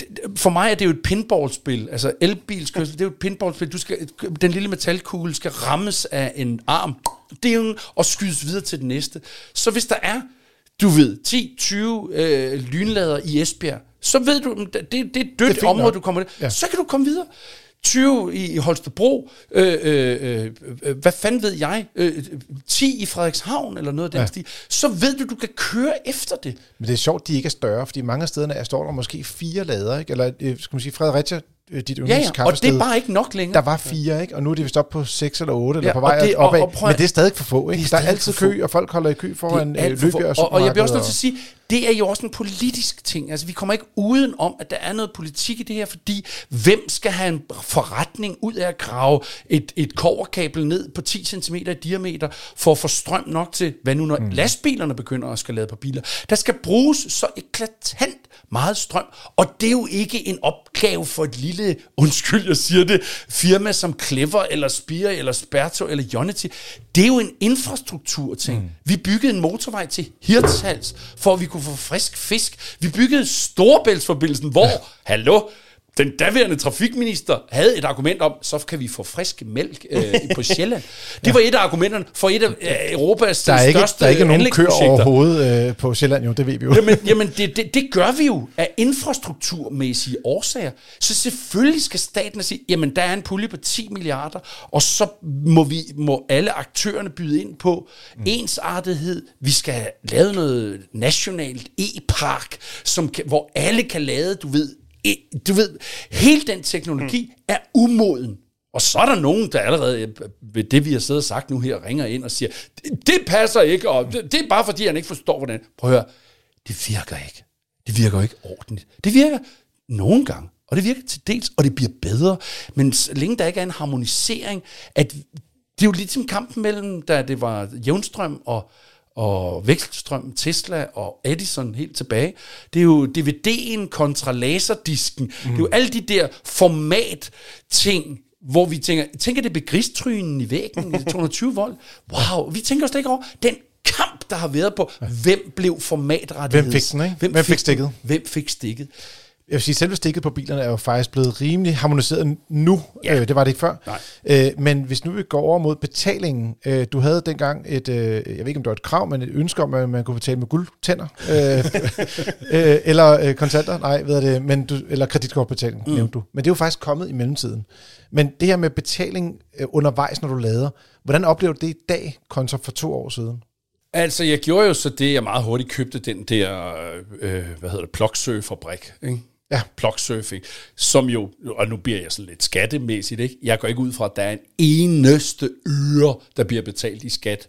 for mig er det jo et pinballspil. Altså elbilskørsel, det er jo et pinballspil. Du skal, den lille metalkugle skal rammes af en arm, ding, og skydes videre til den næste. Så hvis der er, du ved, ti tyve øh, lynlader i Esbjerg, så ved du, det, det er et dødt det er område, nok. Du kommer til. Ja. Så kan du komme videre. tyve i Holstebro, øh, øh, øh, hvad fanden ved jeg, øh, ti i Frederikshavn, eller noget af den ja. stil, så ved du, du kan køre efter det. Men det er sjovt, de ikke er større, fordi mange af stederne er, står der måske fire lader, ikke? Eller skal man sige, Fredericia, dit yndlingskaffested. Ja, ja, og det er bare ikke nok længere. Der var fire, ikke? Og nu er de vist op på seks eller otte, ja, eller på vej det, opad. Og, og men det er stadig for få, ikke? Der er altid kø, og folk holder i kø foran Løbjerg og, og jeg bliver også nødt til at sige, det er jo også en politisk ting. Altså, vi kommer ikke uden om, at der er noget politik i det her, fordi hvem skal have en forretning ud af at grave et, et kobberkabel ned på ti centimeter i diameter for at få strøm nok til, hvad nu når mm. lastbilerne begynder at skal lade på biler. Der skal bruges så eklatant meget strøm, og det er jo ikke en opgave for et lille, undskyld, jeg siger det, firma som Clever, eller Spire, eller Sperto, eller Ionity. Det er jo en infrastrukturting. Mm. Vi byggede en motorvej til Hirtshals, for at vi kunne få frisk fisk. Vi byggede Storebæltsforbindelsen, hvor, ja. hallo, den daværende trafikminister havde et argument om, så kan vi få frisk mælk øh, på Sjælland. Det ja. var et af argumenterne for et af øh, Europas der er ikke, største der er ikke nogen køer overhovedet øh, på Sjælland, jo, det ved vi jo. Jamen, jamen det, det, det gør vi jo af infrastrukturmæssige årsager. Så selvfølgelig skal staten sige, jamen der er en pulje på ti milliarder, og så må, vi, må alle aktørerne byde ind på mm. ensartethed. Vi skal have lavet noget nationalt e-park, som kan, hvor alle kan lade, du ved, Du ved, hele den teknologi mm. er umoden. Og så er der nogen, der allerede ved det, vi har siddet og sagt nu her, ringer ind og siger, det, det passer ikke, og det, det er bare fordi, han ikke forstår, hvordan. Prøv at høre, det virker ikke. Det virker ikke ordentligt. Det virker nogle gange, og det virker til dels, og det bliver bedre. Men så længe der ikke er en harmonisering, at det er jo ligesom kampen mellem, da det var jævnstrøm og og vekselstrøm, Tesla og Edison helt tilbage. Det er jo D V D'en kontra laserdisken. Mm. Det er jo alle de der format-ting, hvor vi tænker, tænker det begristrynen i væggen, to hundrede og tyve volt? Wow, vi tænker os da ikke over den kamp, der har været på, hvem blev formatrettighed. Hvem fik den, ikke? Hvem, hvem fik stikket? Hvem fik stikket? Jeg vil sige, selve stikket på bilerne er jo faktisk blevet rimelig harmoniseret nu. Ja. Øh, det var det ikke før. Øh, men hvis nu vi går over mod betalingen. Øh, du havde dengang et, øh, jeg ved ikke om det var et krav, men et ønske om, at man kunne betale med guldtænder. øh, øh, eller øh, kontanter. Nej, ved det. Men du, eller kreditkortbetaling, mm. nævnte du. Men det er jo faktisk kommet i mellemtiden. Men det her med betaling øh, undervejs, når du lader. Hvordan oplever du det i dag, kontra for to år siden? Altså, jeg gjorde jo så det, jeg meget hurtigt købte den der, øh, hvad hedder det, Plug-Surf-fabrik, ikke? Ja, Plug-Surfing, som jo, og nu bliver jeg sådan lidt skattemæssigt, ikke? Jeg går ikke ud fra, at der er en eneste øre, der bliver betalt i skat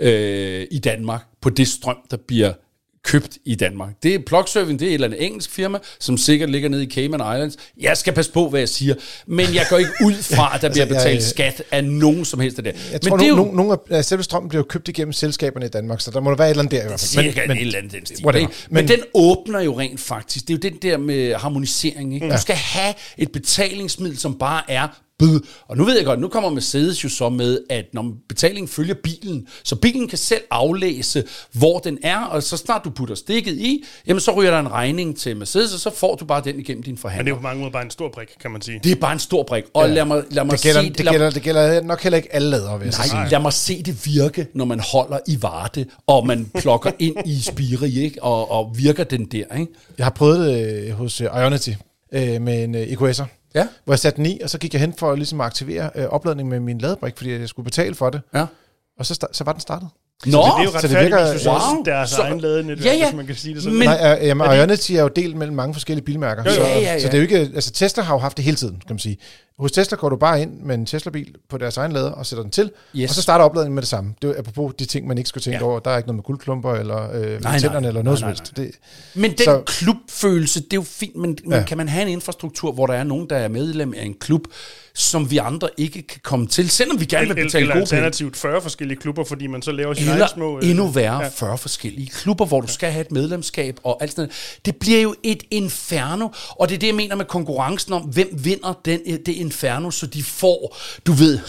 øh, i Danmark, på det strøm, der bliver købt i Danmark. Det er Plug-Surfing, det er et eller andet engelsk firma, som sikkert ligger nede i Cayman Islands. Jeg skal passe på, hvad jeg siger, men jeg går ikke ud fra, at der bliver betalt altså, jeg, skat af nogen som helst af det. Jeg men tror, det er jo, nogle af selve strømmen bliver jo købt igennem selskaberne i Danmark, så der må der være et eller andet der i hvert fald. Cirka men, men, et eller andet den stil. Men, men den åbner jo rent faktisk. Det er jo den der med harmonisering. Ikke? Mm. Du skal have et betalingsmiddel, som bare er bød. Og nu ved jeg godt, nu kommer Mercedes jo så med, at når betalingen følger bilen, så bilen kan selv aflæse, hvor den er, og så snart du putter stikket i, jamen så ryger der en regning til Mercedes, og så får du bare den igennem din forhandler. Men det er jo på mange måder bare en stor brik, kan man sige. Det er bare en stor brik, og ja. lad mig, lad mig det gælder, se det. Det gælder, det gælder nok heller ikke alle ladere, vil jeg Nej, sige. Lad mig se det virke, når man holder i Varde, og man plukker ind i Spiri, ikke? Og, og virker den der, ikke? Jeg har prøvet det hos Ionity øh, med en E Q S'er. Ja. Hvor jeg satte den i, og så gik jeg hen for ligesom at aktivere øh, opladning med min ladebrik, fordi jeg skulle betale for det. Ja. Og så, sta- så var den startet. Nå, så det, det er jo ret færdigt, hvis du wow. så deres så, egen ladenetværk, ja, ja. hvis man kan sige det sådan. Men, Nej, øh, jamen, Ionity er jo delt mellem mange forskellige bilmærker. Ja, ja, ja, ja. Så, så det er jo ikke, altså Tesla har jo haft det hele tiden, kan man sige. Hos Tesla går du bare ind med en Tesla-bil på deres egen lader og sætter den til, yes. og så starter opladningen med det samme. Det er apropos de ting, man ikke skulle tænke ja. over. Der er ikke noget med guldklumper eller øh, tænderne eller noget som helst. Men den så, klubfølelse, det er jo fint, men, ja. men kan man have en infrastruktur, hvor der er nogen, der er medlem af en klub, som vi andre ikke kan komme til, selvom vi gerne vil betale gode penge. Eller alternativt fyrre forskellige klubber, fordi man så laver sine egne små... Eller endnu værre, ja. fyrre forskellige klubber, hvor du skal have et medlemskab og alt sådan noget. Det bliver jo et inferno, og det er det, jeg mener med konkurrencen om, hvem vinder den, det inferno, så de får, du ved,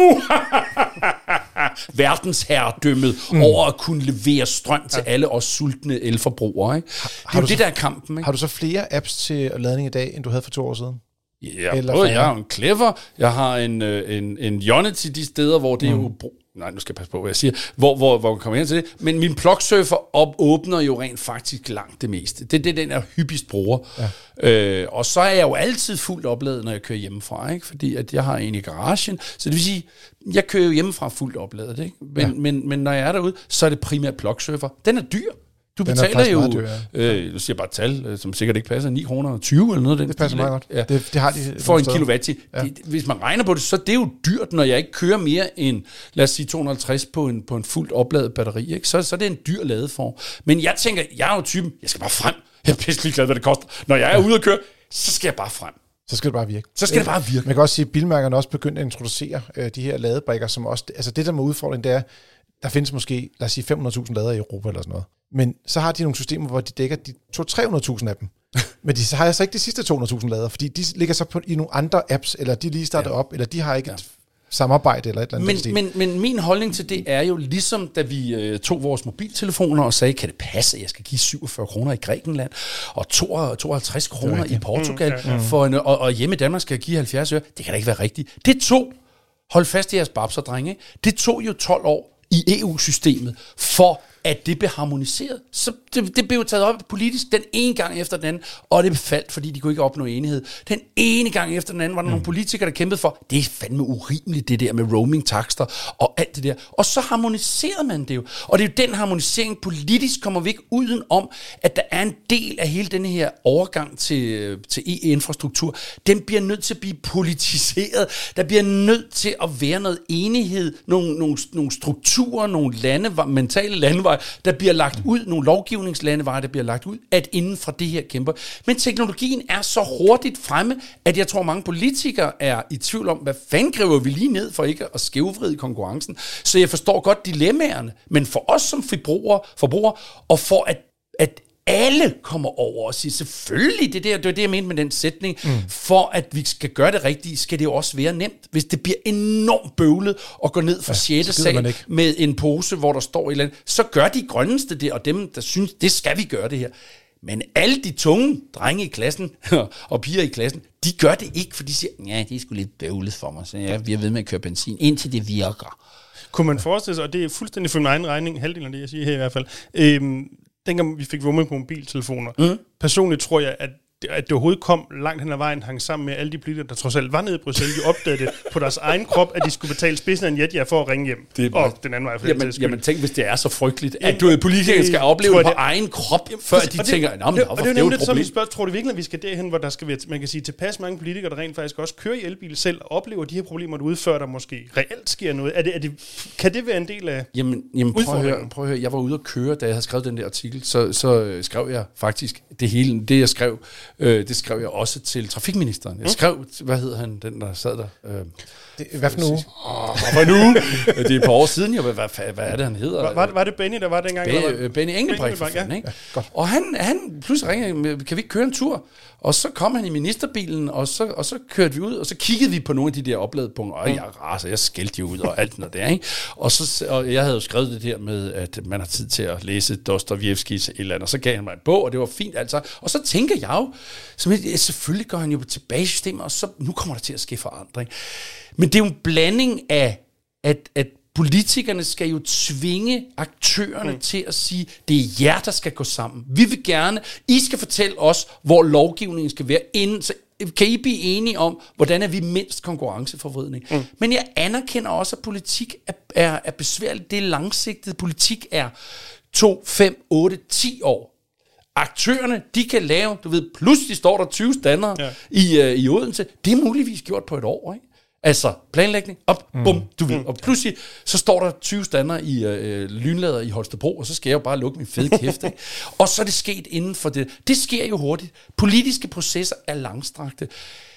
verdensherredømmet mm. over at kunne levere strøm til ja. alle os sultne elforbrugere. Ikke? Det er jo det, der er kampen. Ikke? Har du så flere apps til ladning i dag, end du havde for to år siden? Ja, både, jeg har en Clever, jeg har en, en, en Ionity de steder, hvor det mm. er jo... Nej, nu skal jeg passe på, hvad jeg siger. Hvor, hvor, hvor vi kommer hen til det. Men min plugsurfer op, åbner jo rent faktisk langt det meste. Det er det, den er hyppigst bruger. Ja. Øh, og så er jeg jo altid fuldt opladet, når jeg kører hjemmefra. Ikke? Fordi at jeg har en i garagen. Så det vil sige, jeg kører jo hjemmefra fuldt opladet. Ikke? Men, ja. men, men når jeg er derude, så er det primært plugsurfer. Den er dyr. Du den betaler jo, dyr, ja. øh, du siger bare et tal, som sikkert ikke passer, ni kroner og tyve eller noget af den. Det passer meget godt. Ja. Det, det har de for en kilowatt. Ja. Det, hvis man regner på det, så det er jo dyrt, når jeg ikke kører mere end, lad os sige, to hundrede og halvtreds på en, på en fuldt opladet batteri. Ikke? Så, så er det en dyr ladeform. Men jeg tænker, jeg er jo typen, jeg skal bare frem. Jeg er pisselig glad, hvad det koster. Når jeg er ude at køre, så skal jeg bare frem. Så skal det bare virke. Så skal det bare virke. Man kan også sige, at bilmærkerne også begyndt at introducere øh, de her ladebrikker, som også, altså det der med udfordringen, det er, der findes måske, lad os sige, fem hundrede tusind lader i Europa eller sådan noget. Men så har de nogle systemer, hvor de dækker de to hundrede til tre hundrede tusind af dem. Men de har altså ikke de sidste to hundrede tusind lader, fordi de ligger så på, i nogle andre apps, eller de lige starter ja. op, eller de har ikke ja. et samarbejde eller et eller andet. Men, men, men min holdning til det er jo ligesom, da vi øh, tog vores mobiltelefoner og sagde, kan det passe, at jeg skal give syvogfyrre kroner i Grækenland, og tooghalvtreds kroner i Portugal, mm, ja, ja. For en, og, og hjemme i Danmark skal jeg give halvfjerds øre. Det kan da ikke være rigtigt. Det tog, hold fast i jeres babser, drenge, det tog jo tolv år i E U-systemet, for at det blev harmoniseret. Så det, det blev jo taget op politisk den ene gang efter den anden, og det faldt, fordi de kunne ikke opnå enighed. Den ene gang efter den anden var der mm. nogle politikere, der kæmpede for, det er fandme urimeligt, det der med roaming-takster og alt det der. Og så harmoniserede man det jo. Og det er jo den harmonisering, politisk kommer vi ikke uden om, at der er en del af hele den her overgang til, til e-infrastruktur. Den bliver nødt til at blive politiseret. Der bliver nødt til at være noget enighed, nogle, nogle, nogle strukturer, nogle lande, mentale landeveje, der bliver lagt ud, nogle lovgivningslandeveje, der bliver lagt ud, at inden fra det her kæmper. Men teknologien er så hurtigt fremme, at jeg tror, mange politikere er i tvivl om, hvad fanden griber vi lige ned for ikke at skævvride konkurrencen. Så jeg forstår godt dilemmaerne, men for os som forbrugere, forbrugere og for at, at alle kommer over og siger, selvfølgelig, det, der, det er det, jeg mente med den sætning, mm. for at vi skal gøre det rigtigt, skal det jo også være nemt. Hvis det bliver enormt bøvlet at gå ned fra ja, sjette sal med en pose, hvor der står et eller andet, så gør de grønneste det, og dem, der synes, det skal vi gøre det her. Men alle de tunge drenge i klassen, og piger i klassen, de gør det ikke, for de siger, ja, det er sgu lidt bøvlet for mig, så ja, vi er ved med at køre benzin, indtil det virker. Kunne man forestille sig, og det er fuldstændig for min egen regning, halvdelen af det, jeg siger her i hvert fald, øhm, dengang vi fik roaming på mobiltelefoner, mm. personligt tror jeg, at at det overhovedet kom langt hen ad vejen, hang sammen med alle de politikere, der trods alt var nede i Bruxelles, de opdagede det på deres egen krop, at de skulle betale spidsen af en jetja for at ringe hjem. Det, og den anden vej for jamen, jamen tænk, hvis det er så frygteligt, at du politikere skal opleve det på egen krop, før de det, tænker, nå, men det, hvorfor, det er jo nemlig et problem. Spørgsmål, tror du virkelig, at vi skal derhen, hvor der skal være, man kan sige, tilpas mange politikere, der rent faktisk også kører i elbil selv, og oplever de her problemer derude, før der måske reelt sker noget? Er det, er det, kan det være en del af jamen, jamen, prøv, at høre, prøv at høre, jeg var ude at køre, da jeg havde skrevet den der artikel, så, så skrev jeg faktisk det hele, det jeg skrev, øh, det skrev jeg også til trafikministeren. Jeg skrev, hvad hedder han, den der sad der? Øh, det, hvad for nu? Åh, hvad nu? Det er et par år siden, jeg, hvad, hvad, hvad er det, han hedder? Var, var det Benny, der var dengang? Benny, Benny Engelbrecht, for fanden, ikke? Ja, og han, han pludselig ringede, kan vi ikke køre en tur? Og så kom han i ministerbilen, og så, og så kørte vi ud, og så kiggede vi på nogle af de der opladepunkter, og jeg raser, jeg skældte jo ud og alt noget der, ikke? Og, så, og jeg havde jo skrevet det der med, at man har tid til at læse Dostojevskijs et eller andet, og så gav han mig en bog, og det var fint altså. Og så tænker jeg jo, som, selvfølgelig går han jo tilbage i systemet, og så nu kommer der til at ske forandring. Men det er jo en blanding af, at, at politikerne skal jo tvinge aktørerne mm. til at sige, det er jer, der skal gå sammen. Vi vil gerne, I skal fortælle os, hvor lovgivningen skal være inden, så kan I blive enige om, hvordan er vi mindst konkurrenceforvridning. Mm. Men jeg anerkender også, at politik er, er, er besværligt. Det er langsigtet. Politik er to, fem, otte, ti år. Aktørerne, de kan lave, du ved, pludselig står der tyve standere ja. i, uh, i Odense. Det er muligvis gjort på et år, ikke? Altså, planlægning, op, mm. bum, du ved. Og pludselig, så står der tyve stander i øh, lynlader i Holstebro, og så skal jeg jo bare lukke min fede kæft, ikke? Og så er det sket inden for det. Det sker jo hurtigt. Politiske processer er langstrakte.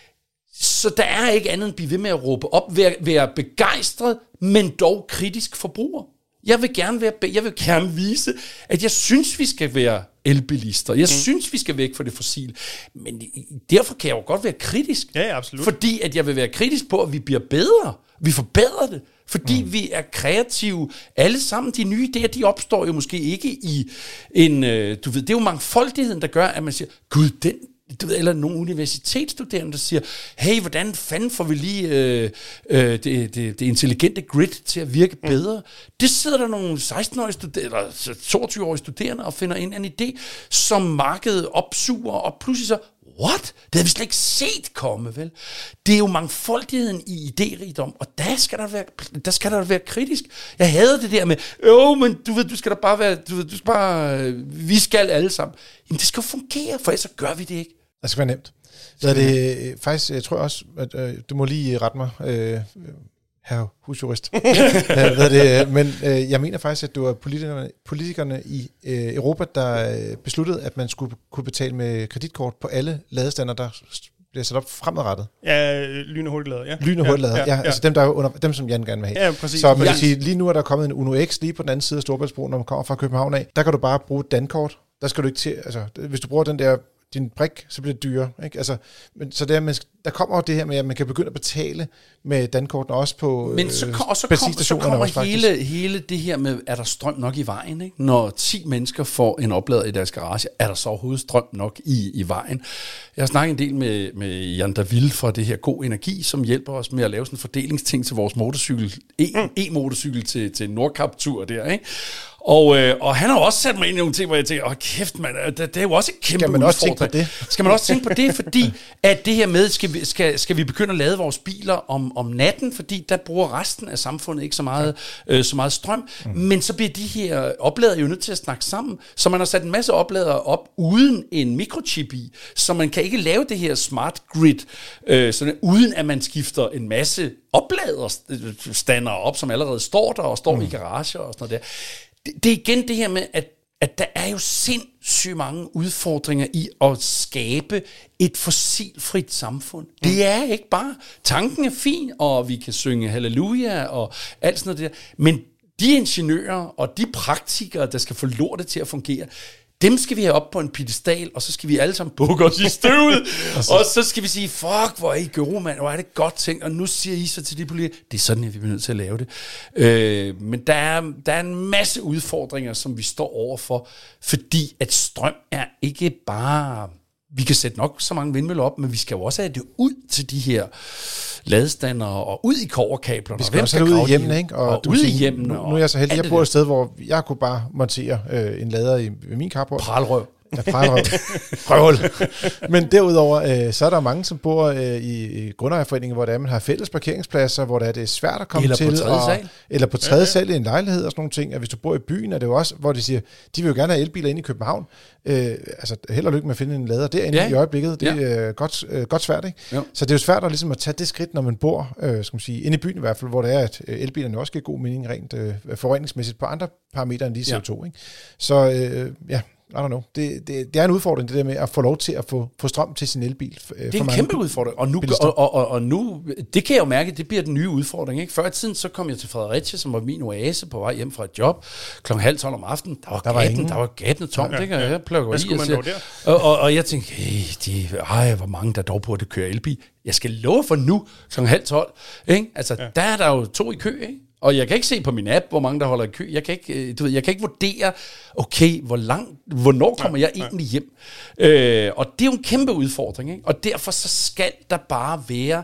Så der er ikke andet end at blive ved med at råbe op, være, være begejstret, men dog kritisk forbruger. Jeg vil gerne være, jeg vil gerne vise, at jeg synes, vi skal være elbilister. Jeg mm. synes, vi skal væk fra det fossile. Men derfor kan jeg jo godt være kritisk. Ja, ja, absolut. Fordi at jeg vil være kritisk på, at vi bliver bedre. Vi forbedrer det. Fordi mm. vi er kreative. Alle sammen, de nye idéer, de opstår jo måske ikke i en... Øh, du ved, det er jo mangfoldigheden, der gør, at man siger, gud, den... Du ved, eller nogle universitetsstuderende, der siger, hey, hvordan fanden får vi lige øh, øh, det, det, det intelligente grid til at virke bedre? Mm. Det sidder der nogle seksten-årige studerende, eller toogtyve-årige studerende og finder en anden idé, som markedet opsuger, og pludselig så, what? Det havde vi slet ikke set komme, vel? Det er jo mangfoldigheden i idérigdom, og der skal der være, der skal der være kritisk. Jeg havde det der med, jo, men du ved, du skal da bare være, du ved, du skal bare, vi skal alle sammen. Jamen, det skal jo fungere, for ellers så gør vi det ikke. Det skal være nemt. Så er det faktisk, jeg tror også, at øh, du må lige rette mig, øh, herre husjurist. øh, ved det, men øh, jeg mener faktisk, at det var politikerne, politikerne i øh, Europa, der øh, besluttede, at man skulle kunne betale med kreditkort på alle ladestander, der bliver sat op fremadrettet. Ja, lyn og hurtiglader, ja. Lyn og hurtiglader, ja, ja, ja. Altså dem, der er under, dem, som Jan gerne vil have. Ja, præcis. Så man kan ja. sige, lige nu er der kommet en Uno X lige på den anden side af Storebæltsbroen, når man kommer fra København af. Der kan du bare bruge et dankort. Der skal du ikke til, altså hvis du bruger den der din brik, så bliver det dyrere. Ikke? Altså, men, så der, man, der kommer jo det her med, at man kan begynde at betale med dankorten også på men så, kom, og så, kom, så kommer også, hele, hele det her med, er der strøm nok i vejen? Ikke? Når ti mennesker får en oplader i deres garage, er der så overhovedet strøm nok i, i vejen? Jeg har snakket en del med, med Jan Davil fra det her God Energi, som hjælper os med at lave sådan en fordelingsting til vores motorcykel, e- e-motorcykel til, til Nordkap-tur der, ikke? Og, øh, og han har også sat mig ind i nogle ting, hvor jeg tænker, åh kæft, man, det, det er jo også et kæmpe Skal man også tænke på det? Skal man også tænke på det, fordi at det her med, skal vi, skal, skal vi begynde at lade vores biler om, om natten, fordi der bruger resten af samfundet ikke så meget, øh, så meget strøm, mm. men så bliver de her opladere jo nødt til at snakke sammen, så man har sat en masse opladere op uden en mikrochip i, så man kan ikke lave det her smart grid, øh, sådan, uden at man skifter en masse opladerstander op, som allerede står der og står mm. i garager og sådan noget der. Det er igen det her med, at, at der er jo sindssygt mange udfordringer i at skabe et fossilfrit samfund. Mm. Det er ikke bare, tanken er fin, og vi kan synge halleluja og alt sådan noget der, men de ingeniører og de praktikere, der skal få lortet til at fungere, dem skal vi have op på en pedestal, og så skal vi alle sammen bukke os i støvet, og så skal vi sige, fuck, hvor er I gode, mand, hvor er det godt ting, og nu siger I så til de politikere, det er sådan, at vi bliver nødt til at lave det. Øh, men der er, der er en masse udfordringer, som vi står overfor, fordi at strøm er ikke bare... Vi kan sætte nok så mange vindmøller op, men vi skal jo også have det ud til de her ladestander og ud i kobberkablerne. Vi skal også have det ud i hjemmene, ikke? Og, og ud i hjemmene. Nu, nu er jeg så heldig, jeg bor et sted, hvor jeg kunne bare montere øh, en lader i, i min carport. Pralrøv. Ja, pralrøv. Prøvhul. Men derudover, øh, så er der mange, som bor øh, i, i grundejerforeninger, hvor det er, man har fælles parkeringspladser, hvor det er, det er svært at komme eller til. På tredje og, sal. Eller på tredje ja, ja. sal i en lejlighed og sådan nogle ting. Og hvis du bor i byen, er det jo også, hvor de siger, de vil jo gerne have elbiler ind i København. Øh, altså held og lykke med at finde en lader derinde ja. i øjeblikket. Det er ja. godt, øh, godt svært, ikke? Jo. Så det er jo svært at, ligesom, at tage det skridt, når man bor, øh, skal man sige, inde i byen i hvert fald, hvor det er, at elbilerne også giver god mening rent øh, forureningsmæssigt på andre parametre end lige C O to. Ja. Ikke? Så øh, ja... I don't know. Det, det, det er en udfordring, det der med at få lov til at få, få strøm til sin elbil. Det er en kæmpe udfordring, og nu, og, og, og, og nu, det kan jeg jo mærke, det bliver den nye udfordring. Ikke? Før i tiden, så kom jeg til Fredericia, som var min oase på vej hjem fra et job, klokken halv tolv om aftenen. Der var, der gaten, var, der var gaten tomt, ja, ja, ja. Jeg plukker Hvad skulle man dog der? Og, og, og jeg tænkte, hey, de, ej, hvor mange der dog på, at det kører elbil. Jeg skal love for nu, klokken halv tolv. Ikke? Altså, ja. Der er der jo to i kø, ikke? Og jeg kan ikke se på min app, hvor mange der holder i kø. Jeg kan ikke, du ved, jeg kan ikke vurdere, okay, hvor langt, hvornår kommer jeg egentlig hjem? Øh, og det er jo en kæmpe udfordring, ikke? Og derfor så skal der bare være...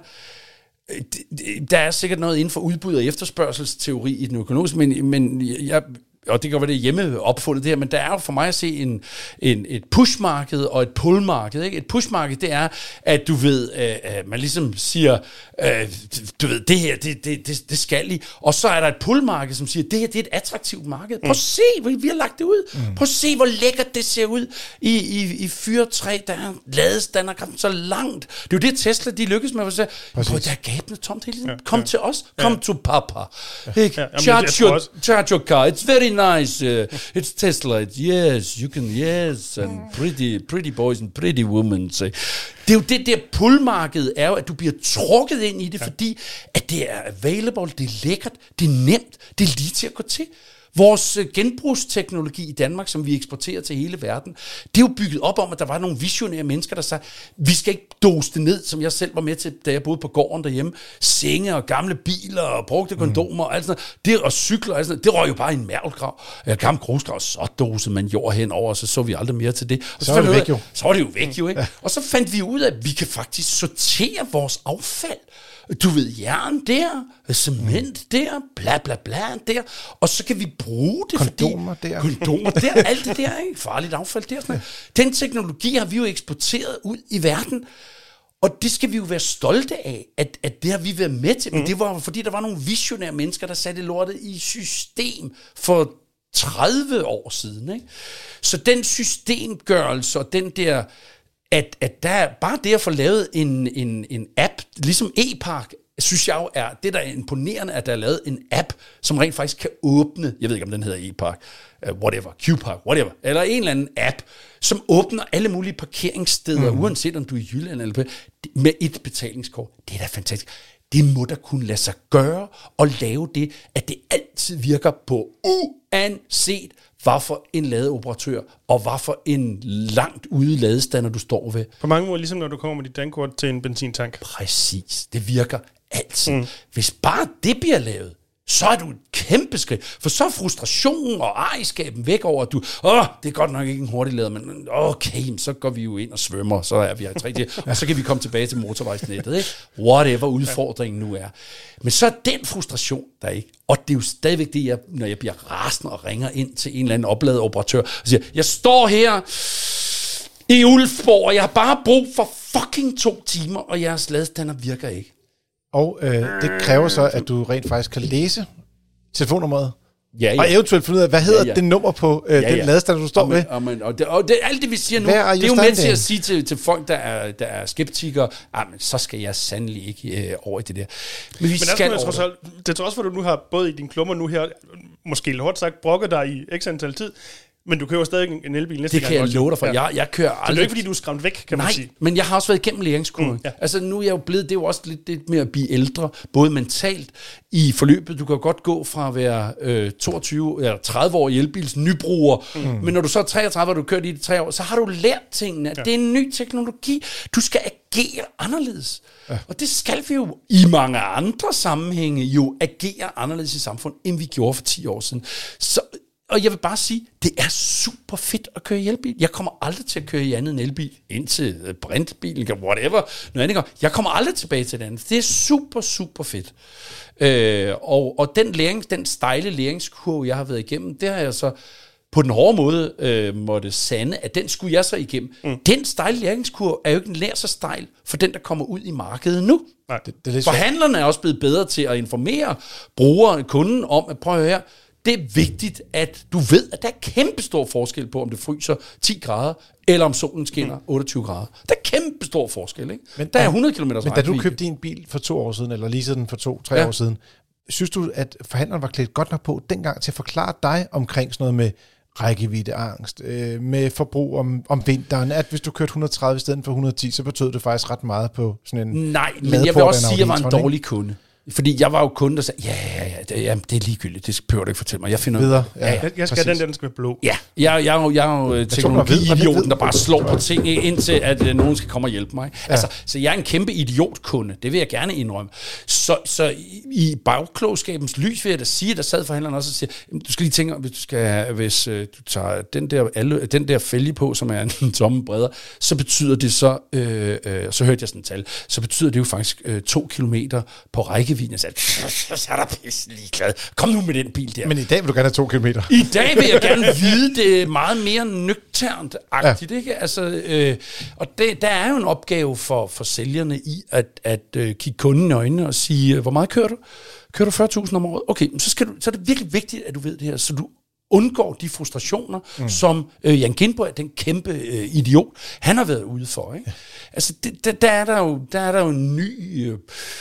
Der er sikkert noget inden for udbud og efterspørgselsteori i den økonomiske, men, men jeg... og det kan være det hjemme opfundet det her, men der er jo for mig at se en, en, et pushmarked og et pullmarked. Ikke? Et pushmarked, det er, at du ved, øh, man ligesom siger, øh, du ved, det her, det, det, det, det skal I. Og så er der et pullmarked, som siger, det her, det er et attraktivt marked. Prøv at se, vi har lagt det ud. Mm. Prøv at se, hvor lækkert det ser ud i, i, i fyrtræ, der er ladestanderkraften så langt. Det er jo det, Tesla, de lykkes med at sige, prøv, der er gabende tomt hele tiden. Ja, kom ja. til os. Kom ja. to papa. Ja. Ja. Charge, your, charge your car. It's very nice. Uh, it's Tesla. It's, yes, you can, yes. And pretty, pretty boys and pretty women. Say. Det er jo det der pullmarked er jo, at du bliver trukket ind i det, ja. fordi at det er available, det er lækkert, det er nemt, det er lige til at gå til. Vores genbrugsteknologi i Danmark, som vi eksporterer til hele verden, det er jo bygget op om, at der var nogle visionære mennesker, der sagde, vi skal ikke dose det ned, som jeg selv var med til, da jeg boede på gården derhjemme. Senge og gamle biler og brugte kondomer og alt sådan noget. Det, og cykler og alt sådan noget. Det røg jo bare i en mærvelgrav. En gammel grusgrav, så dosede man jord henover, og så så vi aldrig mere til det. Og så, så var det væk jo. Så var det jo væk jo, ikke? Ja. Og så fandt vi ud af, at vi kan faktisk sortere vores affald. Du ved, jern der, cement der, bla bla bla der, og så kan vi bruge det, kondomer fordi... der. Kondomer der, alt det der, ikke? Farligt affald der. Sådan. Den teknologi har vi jo eksporteret ud i verden, og det skal vi jo være stolte af, at, at det har vi været med til. Men mm. det var fordi, der var nogle visionære mennesker, der satte lortet i system for tredive år siden. Ikke? Så den systemgørelse og den der... At, at der bare det at få lavet en, en, en app, ligesom E-Park, synes jeg jo er, det der er imponerende, at der er lavet en app, som rent faktisk kan åbne, jeg ved ikke om den hedder E-Park, uh, whatever, Q-Park, whatever, eller en eller anden app, som åbner alle mulige parkeringssteder, mm. uanset om du er i Jylland eller på, med et betalingskort. Det er da fantastisk. Det må da kunne lade sig gøre og lave det, at det altid virker på uanset hvad for en ladeoperatør, og hvad for en langt ude ladestander, du står ved. På mange måder, ligesom når du kommer med dit dankort til en benzintank. Præcis. Det virker altid. Mm. Hvis bare det bliver lavet, så er du et kæmpe skridt. For så er frustrationen og ejerskaben væk over, at du, åh, det er godt nok ikke en hurtig lader, men okay, så går vi jo ind og svømmer, så er vi her i og så kan vi komme tilbage til motorvejsnettet, ikke? Whatever udfordringen nu er. Men så er den frustration der ikke. Og det er jo stadigvæk det, jeg, når jeg bliver rasende og ringer ind til en eller anden opladeoperatør og siger, jeg står her i Ulfborg, og jeg har bare brug for fucking to timer, og jeres ladestander virker ikke. Og øh, det kræver så, at du rent faktisk kan læse telefonnummeret. Ja, ja. Og eventuelt finde ud af, hvad hedder ja, ja. det nummer på øh, ja, ja. den ladestander, du står og man, ved. Og, man, og, det, og det, alt det, vi siger nu, det er jo med til at sige til, til folk, der er, der er skeptikere, ah, men så skal jeg sandelig ikke øh, over i det der. Men vi men skal over det. Alt, det er trods for, at du nu har både i din klummer nu her, måske hårdt sagt, brokket dig i x antal tid, men du kører jo stadig en elbil næste gang. Det kan gang jeg love dig for. Ja. Jeg, jeg kører aldrig... Så det er ikke, fordi du er skræmt væk, kan Nej, man sige. Men jeg har også været igennem læringskurven. Mm, ja. Altså nu er jeg jo blevet, det er jo også lidt, lidt mere at blive ældre, både mentalt i forløbet. Du kan godt gå fra at være øh, toogtyve eller tredive år i elbils nybruger, mm. men når du så er treogtredive, og du kører i tre år, så har du lært tingene. Ja. Det er en ny teknologi. Du skal agere anderledes. Ja. Og det skal vi jo i mange andre sammenhænge jo agere anderledes i samfundet, end vi gjorde for ti år siden. Så og jeg vil bare sige, det er super fedt at køre i elbil. Jeg kommer aldrig til at køre i andet end elbil, indtil brintbilen, whatever, noget andet. Jeg kommer aldrig tilbage til det andet. Det er super, super fedt. Øh, og, og den, læring, den stejle læringskurve, jeg har været igennem, det har jeg så på den hårde måde øh, måtte sande, at den skulle jeg så igennem. Mm. Den stejle læringskurve er jo ikke nær så stejl for den, der kommer ud i markedet nu. Nej, det, det er Forhandlerne er også blevet bedre til at informere brugeren, kunden om, at prøv at høre her, det er vigtigt, at du ved, at der er kæmpe stor forskel på, om det fryser ti grader, eller om solen skinner otteogtyve grader. Der er kæmpe stor forskel, ikke? Men der er hundrede kilometer Men da du købte din bil for to år siden, eller leasede den for to, tre ja. år siden, synes du, at forhandleren var klædt godt nok på dengang til at forklare dig omkring sådan noget med rækkeviddeangst, øh, med forbrug om, om vinteren, at hvis du kørte et hundrede og tredive i stedet for et hundrede og ti, så betød det faktisk ret meget på sådan en... Nej, men jeg vil også sige, at jeg var en dårlig kunde. Fordi jeg var jo kunde, der sagde, ja, ja, ja, det, ja, det er ligegyldigt, det behøver du ikke fortælle mig. Jeg finder videre. Ja, ja, jeg skal have den der, den skal være blå. Ja, jeg, jeg, jeg, jeg er jo teknologi-idioten, der bare slår på ting, indtil at uh, nogen skal komme og hjælpe mig. Ja. Altså, så jeg er en kæmpe idiotkunde, det vil jeg gerne indrømme. Så, så i bagklogskabens lys vil jeg da sige, at der sad forhandleren også og siger, du skal lige tænke, hvis du, skal, hvis, uh, du tager den der, alle, den der fælge på, som er en tomme bredder, så betyder det så, øh, øh, så hørte jeg sådan et tal, så betyder det jo faktisk øh, to kilometer på række. Jeg sagde, så er der pisse ligeglad. Kom nu med den bil der. Men i dag vil du gerne have to kilometer. I dag vil jeg gerne vide det meget mere nøgternt-agtigt. Ja. Ikke? Altså, øh, og det, der er jo en opgave for, for sælgerne i at, at øh, kigge kunden i øjnene og sige, hvor meget kører du? Kører du fyrre tusind om året? Okay, så, skal du, så er det virkelig vigtigt, at du ved det her, så du undgår de frustrationer, mm. som øh, Jan Gindborg, den kæmpe øh, idiot, han har været ude for. Ikke? Ja. Altså, det, der, der, er der, jo, der er der jo en ny... Øh,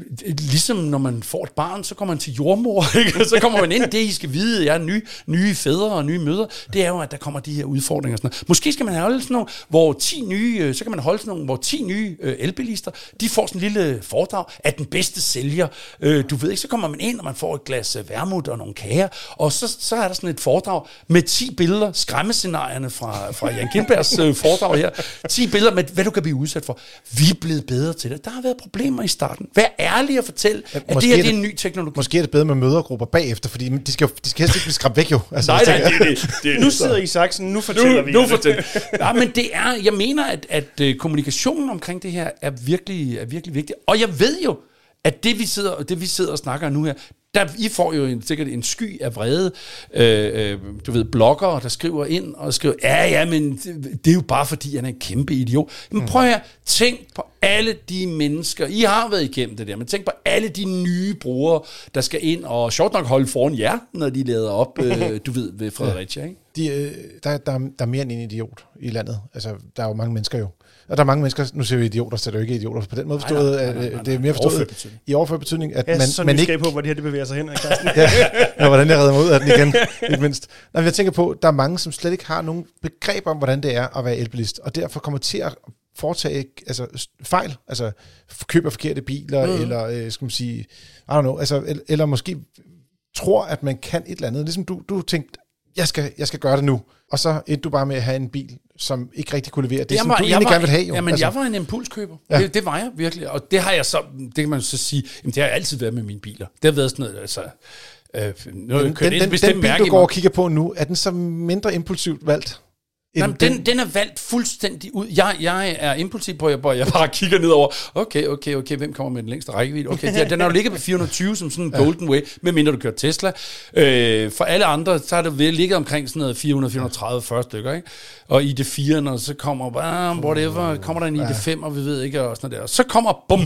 ligesom når man får et barn, så kommer man til jordmor, ikke? Så kommer man ind, det I skal vide, jeg er nye, nye fædre og nye mødre, det er jo, at der kommer de her udfordringer. Sådan noget. Måske skal man holde sådan nogle, hvor ti nye, så kan man holde sådan nogle, hvor ti nye øh, elbilister, de får sådan en lille foredrag af den bedste sælger. Øh, du ved ikke, så kommer man ind, og man får et glas øh, vermut og nogle kager, og så, så er der sådan et foredrag med ti billeder, skræmmescenarierne fra, fra Jan Gindbergs øh, foredrag her, ti billeder med, hvad du kan blive udsat for. Vi er blevet bedre til det. Der har været problemer i starten. Vær ærlig og fortæl, ja, at det her det er en ny teknologi. Måske er det bedre med mødergrupper bagefter, fordi de skal, de skal helst ikke blive skræmt væk jo. Altså, nej, nej, det er det. det er nu sidder I i saksen, nu fortæller nu, vi nu fortæller. Ja, men det er, jeg mener, at, at uh, kommunikationen omkring det her er virkelig, er virkelig vigtig. Og jeg ved jo, at det vi sidder, det vi sidder og snakker nu her, der, I får jo en, sikkert en sky af vrede, øh, øh, du ved, bloggere, der skriver ind og skriver, ja, ja, men det, det er jo bare fordi, han er en kæmpe idiot. Men prøv her, tænk på alle de mennesker, I har været igennem det der, men tænk på alle de nye brugere, der skal ind og sjovt nok holde foran jer, når de lader op, øh, du ved, ved Fredericia, ikke? De, øh, der, der, der er mere end en idiot i landet. Altså, der er jo mange mennesker jo. Og der er mange mennesker, nu siger vi idioter, så er det jo ikke idioter på den måde forstået. Nej, nej, nej, nej, nej. Det er mere forstået i overført betydning, at ja, man, så man ikke... ikke... på, hvor det her det bevæger sig hen, ja, ja, hvordan jeg redder mig ud af den igen, ikke mindst. Nej, jeg tænker på, der er mange, som slet ikke har nogen begreb om, hvordan det er at være elbilist, og derfor kommer til at foretage altså, fejl, altså køber forkerte biler, mm. eller øh, skal man sige, I don't know, altså, eller, eller måske tror, at man kan et eller andet. Ligesom du, du tænkte, jeg skal, jeg skal gøre det nu. Og så endte du bare med at have en bil, som ikke rigtig kunne levere det, jeg som var, du egentlig var, gerne vil have. Jo. Jamen, altså. Jeg var en impulskøber. Ja. Det, det var jeg virkelig. Og det har jeg så, det kan man så sige, jamen, det har jeg altid været med mine biler. Det har været sådan noget, altså... Øh, noget, den, den, den, den bil, du går og kigger på nu, er den så mindre impulsivt valgt? Jamen, den, den er valgt fuldstændig ud. Jeg, jeg er impulsiv på, jeg bare, jeg bare kigger ned over, okay, okay, okay, hvem kommer med den længste rækkevidde? Okay, ja, den har jo ligget på fire hundrede og tyve som sådan en golden way, medmindre du kører Tesla. Øh, for alle andre, så har det vel ligget omkring sådan noget fire hundrede til fire hundrede og tredive fyrre stykker, ikke? Og i det fire, og så kommer, ah, whatever, kommer der en i det fem, og vi ved ikke, og sådan noget der. Så kommer, bum,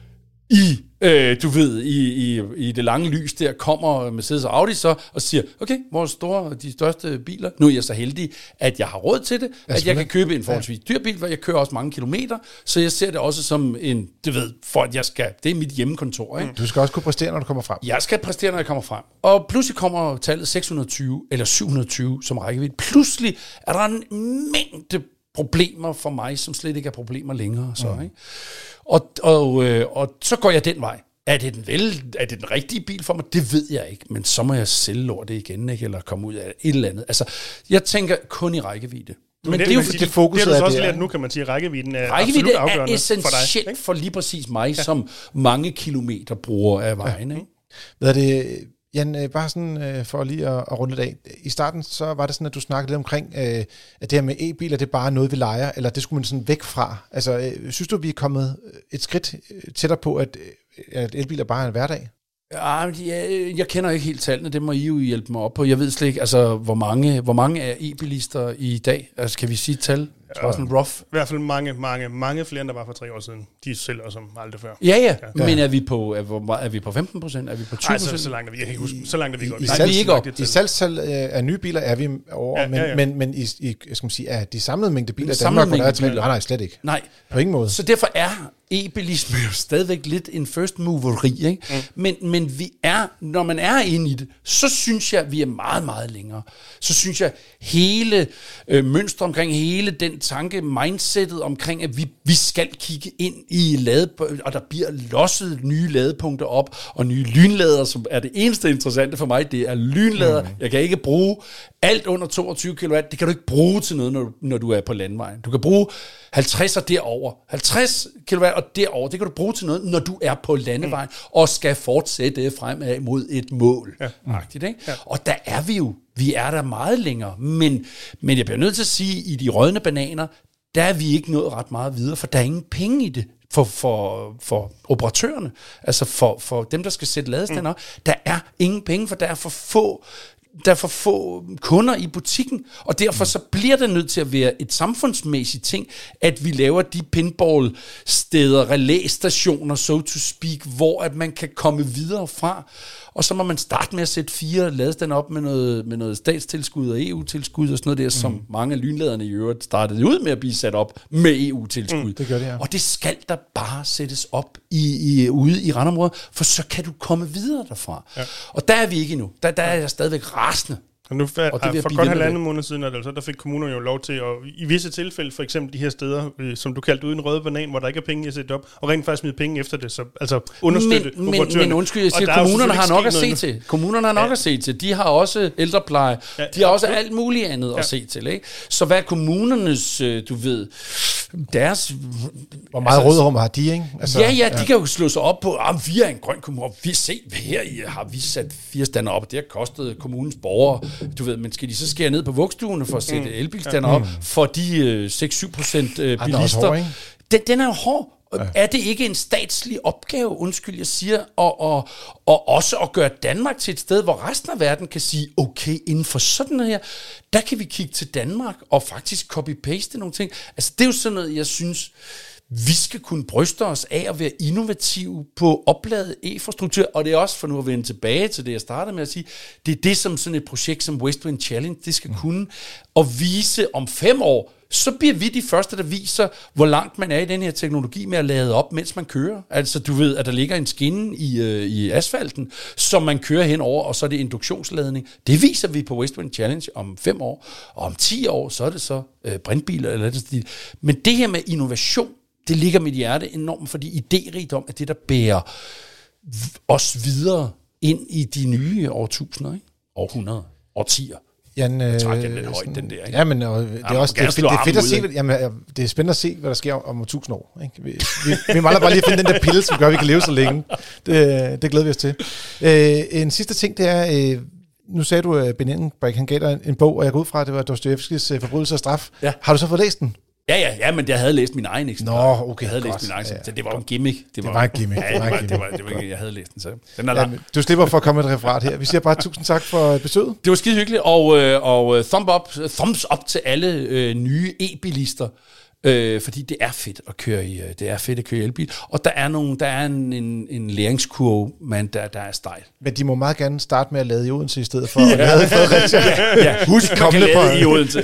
i, øh, du ved, i, i, i det lange lys der, kommer Mercedes og Audi så og siger, okay, vores store, de største biler, nu er jeg så heldig, at jeg har råd til det, at jeg kan købe en forholdsvis dyr bil, for jeg kører også mange kilometer, så jeg ser det også som en, du ved, for at jeg skal, det er mit hjemmekontor, ikke? Du skal også kunne præstere, når du kommer frem. Jeg skal præstere, når jeg kommer frem. Og pludselig kommer tallet seks hundrede og tyve, eller syv hundrede og tyve som rækkevidde. Pludselig er der en mængde problemer for mig, som slet ikke er problemer længere, så, mm. ikke? Og, og, øh, og så går jeg den vej. Er det, den vel, er det den rigtige bil for mig? Det ved jeg ikke, men så må jeg sælge lortet igen, ikke? Eller komme ud af et eller andet. Altså, jeg tænker kun i rækkevidde. Men, men det, det er jo fordi, det fokus det er også lært, nu kan man sige, at rækkevidden er rækkevidde absolut afgørende er essentielt for, dig, for lige præcis mig, ja. Som mange kilometer bruger af vejen. Ja. Ikke? Hvad er det... Jan, bare sådan øh, for lige at, at runde det af. I starten så var det sådan, at du snakkede lidt omkring, øh, at det her med e-biler, det er bare noget, vi leger, eller det skulle man sådan væk fra. Altså, øh, synes du, vi er kommet et skridt tættere på, at, at elbiler bare er en hverdag? Ja, jeg, jeg kender ikke helt tallene, det må I jo hjælpe mig op på. Jeg ved slet ikke, altså, hvor mange, hvor mange er e-bilister i dag? Altså, kan vi sige et tal? Ja, sådan rough. I hvert fald mange, mange, mange flere, end der var for tre år siden. De sælger som aldrig før. Ja, ja, ja. Men er vi på, er, er vi på femten procent? Er vi på tyve procent? Nej, så, så langt er vi ikke, huske, så langt er vi godt. I, i, salgs, vi ikke op. I salgssalg af nye biler er vi over, ja, men, ja, ja. men, men i, i skal man sige, er de samlede mængde biler i Danmark, hvor der er til, nej, nej, slet ikke. Nej. På ingen måde. Så derfor er e-bilisme jo stadigvæk lidt en first moveri, ikke? Mm. Men, men vi er, når man er inde i det, så synes jeg, at vi er meget, meget længere. Så synes jeg, hele øh, mønster omkring hele den tanke, mindsetet omkring, at vi, vi skal kigge ind i lade, og der bliver losset nye ladepunkter op, og nye lynlader, som er det eneste interessante for mig, det er lynlader. Mm. Jeg kan ikke bruge alt under toogtyve kilowatt, det kan du ikke bruge til noget, når du, når du er på landvejen. Du kan bruge halvtreds og derover. halvtreds kilowatt og derover, det kan du bruge til noget, når du er på landevejen, mm. og skal fortsætte fremad mod et mål. Ja. Agtigt, ikke? Ja. Og der er vi jo, vi er der meget længere, men, men jeg bliver nødt til at sige, i de rødne bananer, der er vi ikke nået ret meget videre, for der er ingen penge i det for, for, for operatørerne, altså for, for dem, der skal sætte ladestander. Mm. Der er ingen penge, for der er for få der er for få kunder i butikken, og derfor så bliver det nødt til at være et samfundsmæssigt ting, at vi laver de pinball-steder, relæstationer, so to speak, hvor at man kan komme videre fra. og så må man starte med at sætte fire ladestander op med noget, med noget statstilskud og E U-tilskud og sådan noget der, mm. som mange af lynladerne i øvrigt startede ud med at blive sat op med E U-tilskud. Mm, det gør det, ja. Og det skal der bare sættes op i, i, ude i randområdet, for så kan du komme videre derfra. Ja. Og der er vi ikke endnu. Der, der er jeg stadigvæk rasende. Og nu for, og for godt halvandet måned siden, altså, der fik kommunerne jo lov til, at i visse tilfælde, for eksempel de her steder, øh, som du kaldte uden røde banan, hvor der ikke er penge at sætte op, og rent faktisk smide penge efter det, så altså understøtte men, men, men undskyld, jeg siger, kommunerne har nok at se til. Kommunerne har nok ja. at se til. De har også ældrepleje. Ja, de har også alt muligt andet ja. at se til. Ikke? Så hvad er kommunernes, du ved, deres... Hvor meget altså, råderum har de, ikke? Altså, ja, ja, de ja. kan jo slå sig op på, at vi er en grøn kommune, vi se, her har vi sat fire stander op, det har kostet kommunens borgere. Du ved, men skal de så skære ned på vugstuerne for at sætte mm. elbilstander op, for de øh, seks til syv procent øh, bilister? Hård, den, den er jo hård. Ja. Er det ikke en statslig opgave, undskyld, jeg siger, og, og, og også at gøre Danmark til et sted, hvor resten af verden kan sige, okay, inden for sådan noget her, der kan vi kigge til Danmark og faktisk copy-paste nogle ting. Altså, det er jo sådan noget, jeg synes... Vi skal kunne bryste os af at være innovative på opladet infrastruktur, og det er også, for nu at vende tilbage til det, jeg startede med at sige, det er det, som sådan et projekt som West Wind Challenge, det skal kunne, og vise om fem år, så bliver vi de første, der viser, hvor langt man er i den her teknologi med at lade op, mens man kører. Altså, du ved, at der ligger en skinne i, øh, i asfalten, som man kører henover, og så er det induktionsladning. Det viser vi på West Wind Challenge om fem år, og om ti år, så er det så øh, brintbiler eller det. Men det her med innovation, det ligger mit hjerte enormt, fordi idérigdom er det, der bærer os videre ind i de nye årtusinder, ikke? Århundreder, årtier. Jan, jeg trækker den lidt højt, den der. Ikke? Ja, men og det er ja, også det, det, det er fedt at se, jamen, det er spændende at se, hvad der sker om tusind år. Ikke? Vi, vi, vi mangler bare lige at finde den der pille, som gør, at vi kan leve så længe. Det, det glæder vi os til. Øh, en sidste ting, det er... Øh, nu sagde du, at Ben Engelbrecht, han gav dig en bog, og jeg går ud fra, at det var Dostojevskijs Forbrydelse og straf. Ja. Har du så fået læst den? Ja, ja, ja, men jeg havde læst min egen eksemplar. Nå, okay, jeg havde godt. læst min egen ja, så det var jo en gimmick. Det var, det var en gimmick. Ja, det var, det var, det var, jeg havde læst den, så den er ja, du slipper for at komme med et referat her. Vi siger bare tusind tak for besøget. Det var skide hyggeligt, og, og thumb up, thumbs up til alle øh, nye e-bilister. Øh, fordi det er fedt at køre i, det er fedt at køre i elbil, og der er nogle, der er en, en, en læringskurve, men der, der er stejl. Men de må meget gerne starte med at lade i Odense i stedet for ja. at lade i Fredericia. Ja, ja, husk, man kan lade i Odense.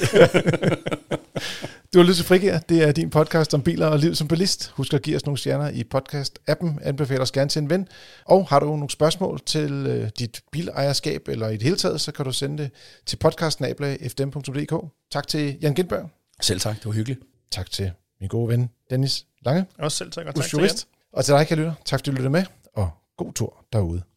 Du har lyttet til Frigir. Det er din podcast om biler og liv som bilist. Husk at give os nogle stjerner i podcast-appen. Anbefaler os gerne til en ven. Og har du nogle spørgsmål til øh, dit bilejerskab eller i det hele taget, så kan du sende det til podcast snabel-a f d m punktum d k. Tak til Jan Gintberg. Selv tak, det var hyggeligt. Tak til min gode ven Dennis Lange. Også selv tak, og tak til jer. Og til dig, kære lytter. Tak fordi du lyttede med, og god tur derude.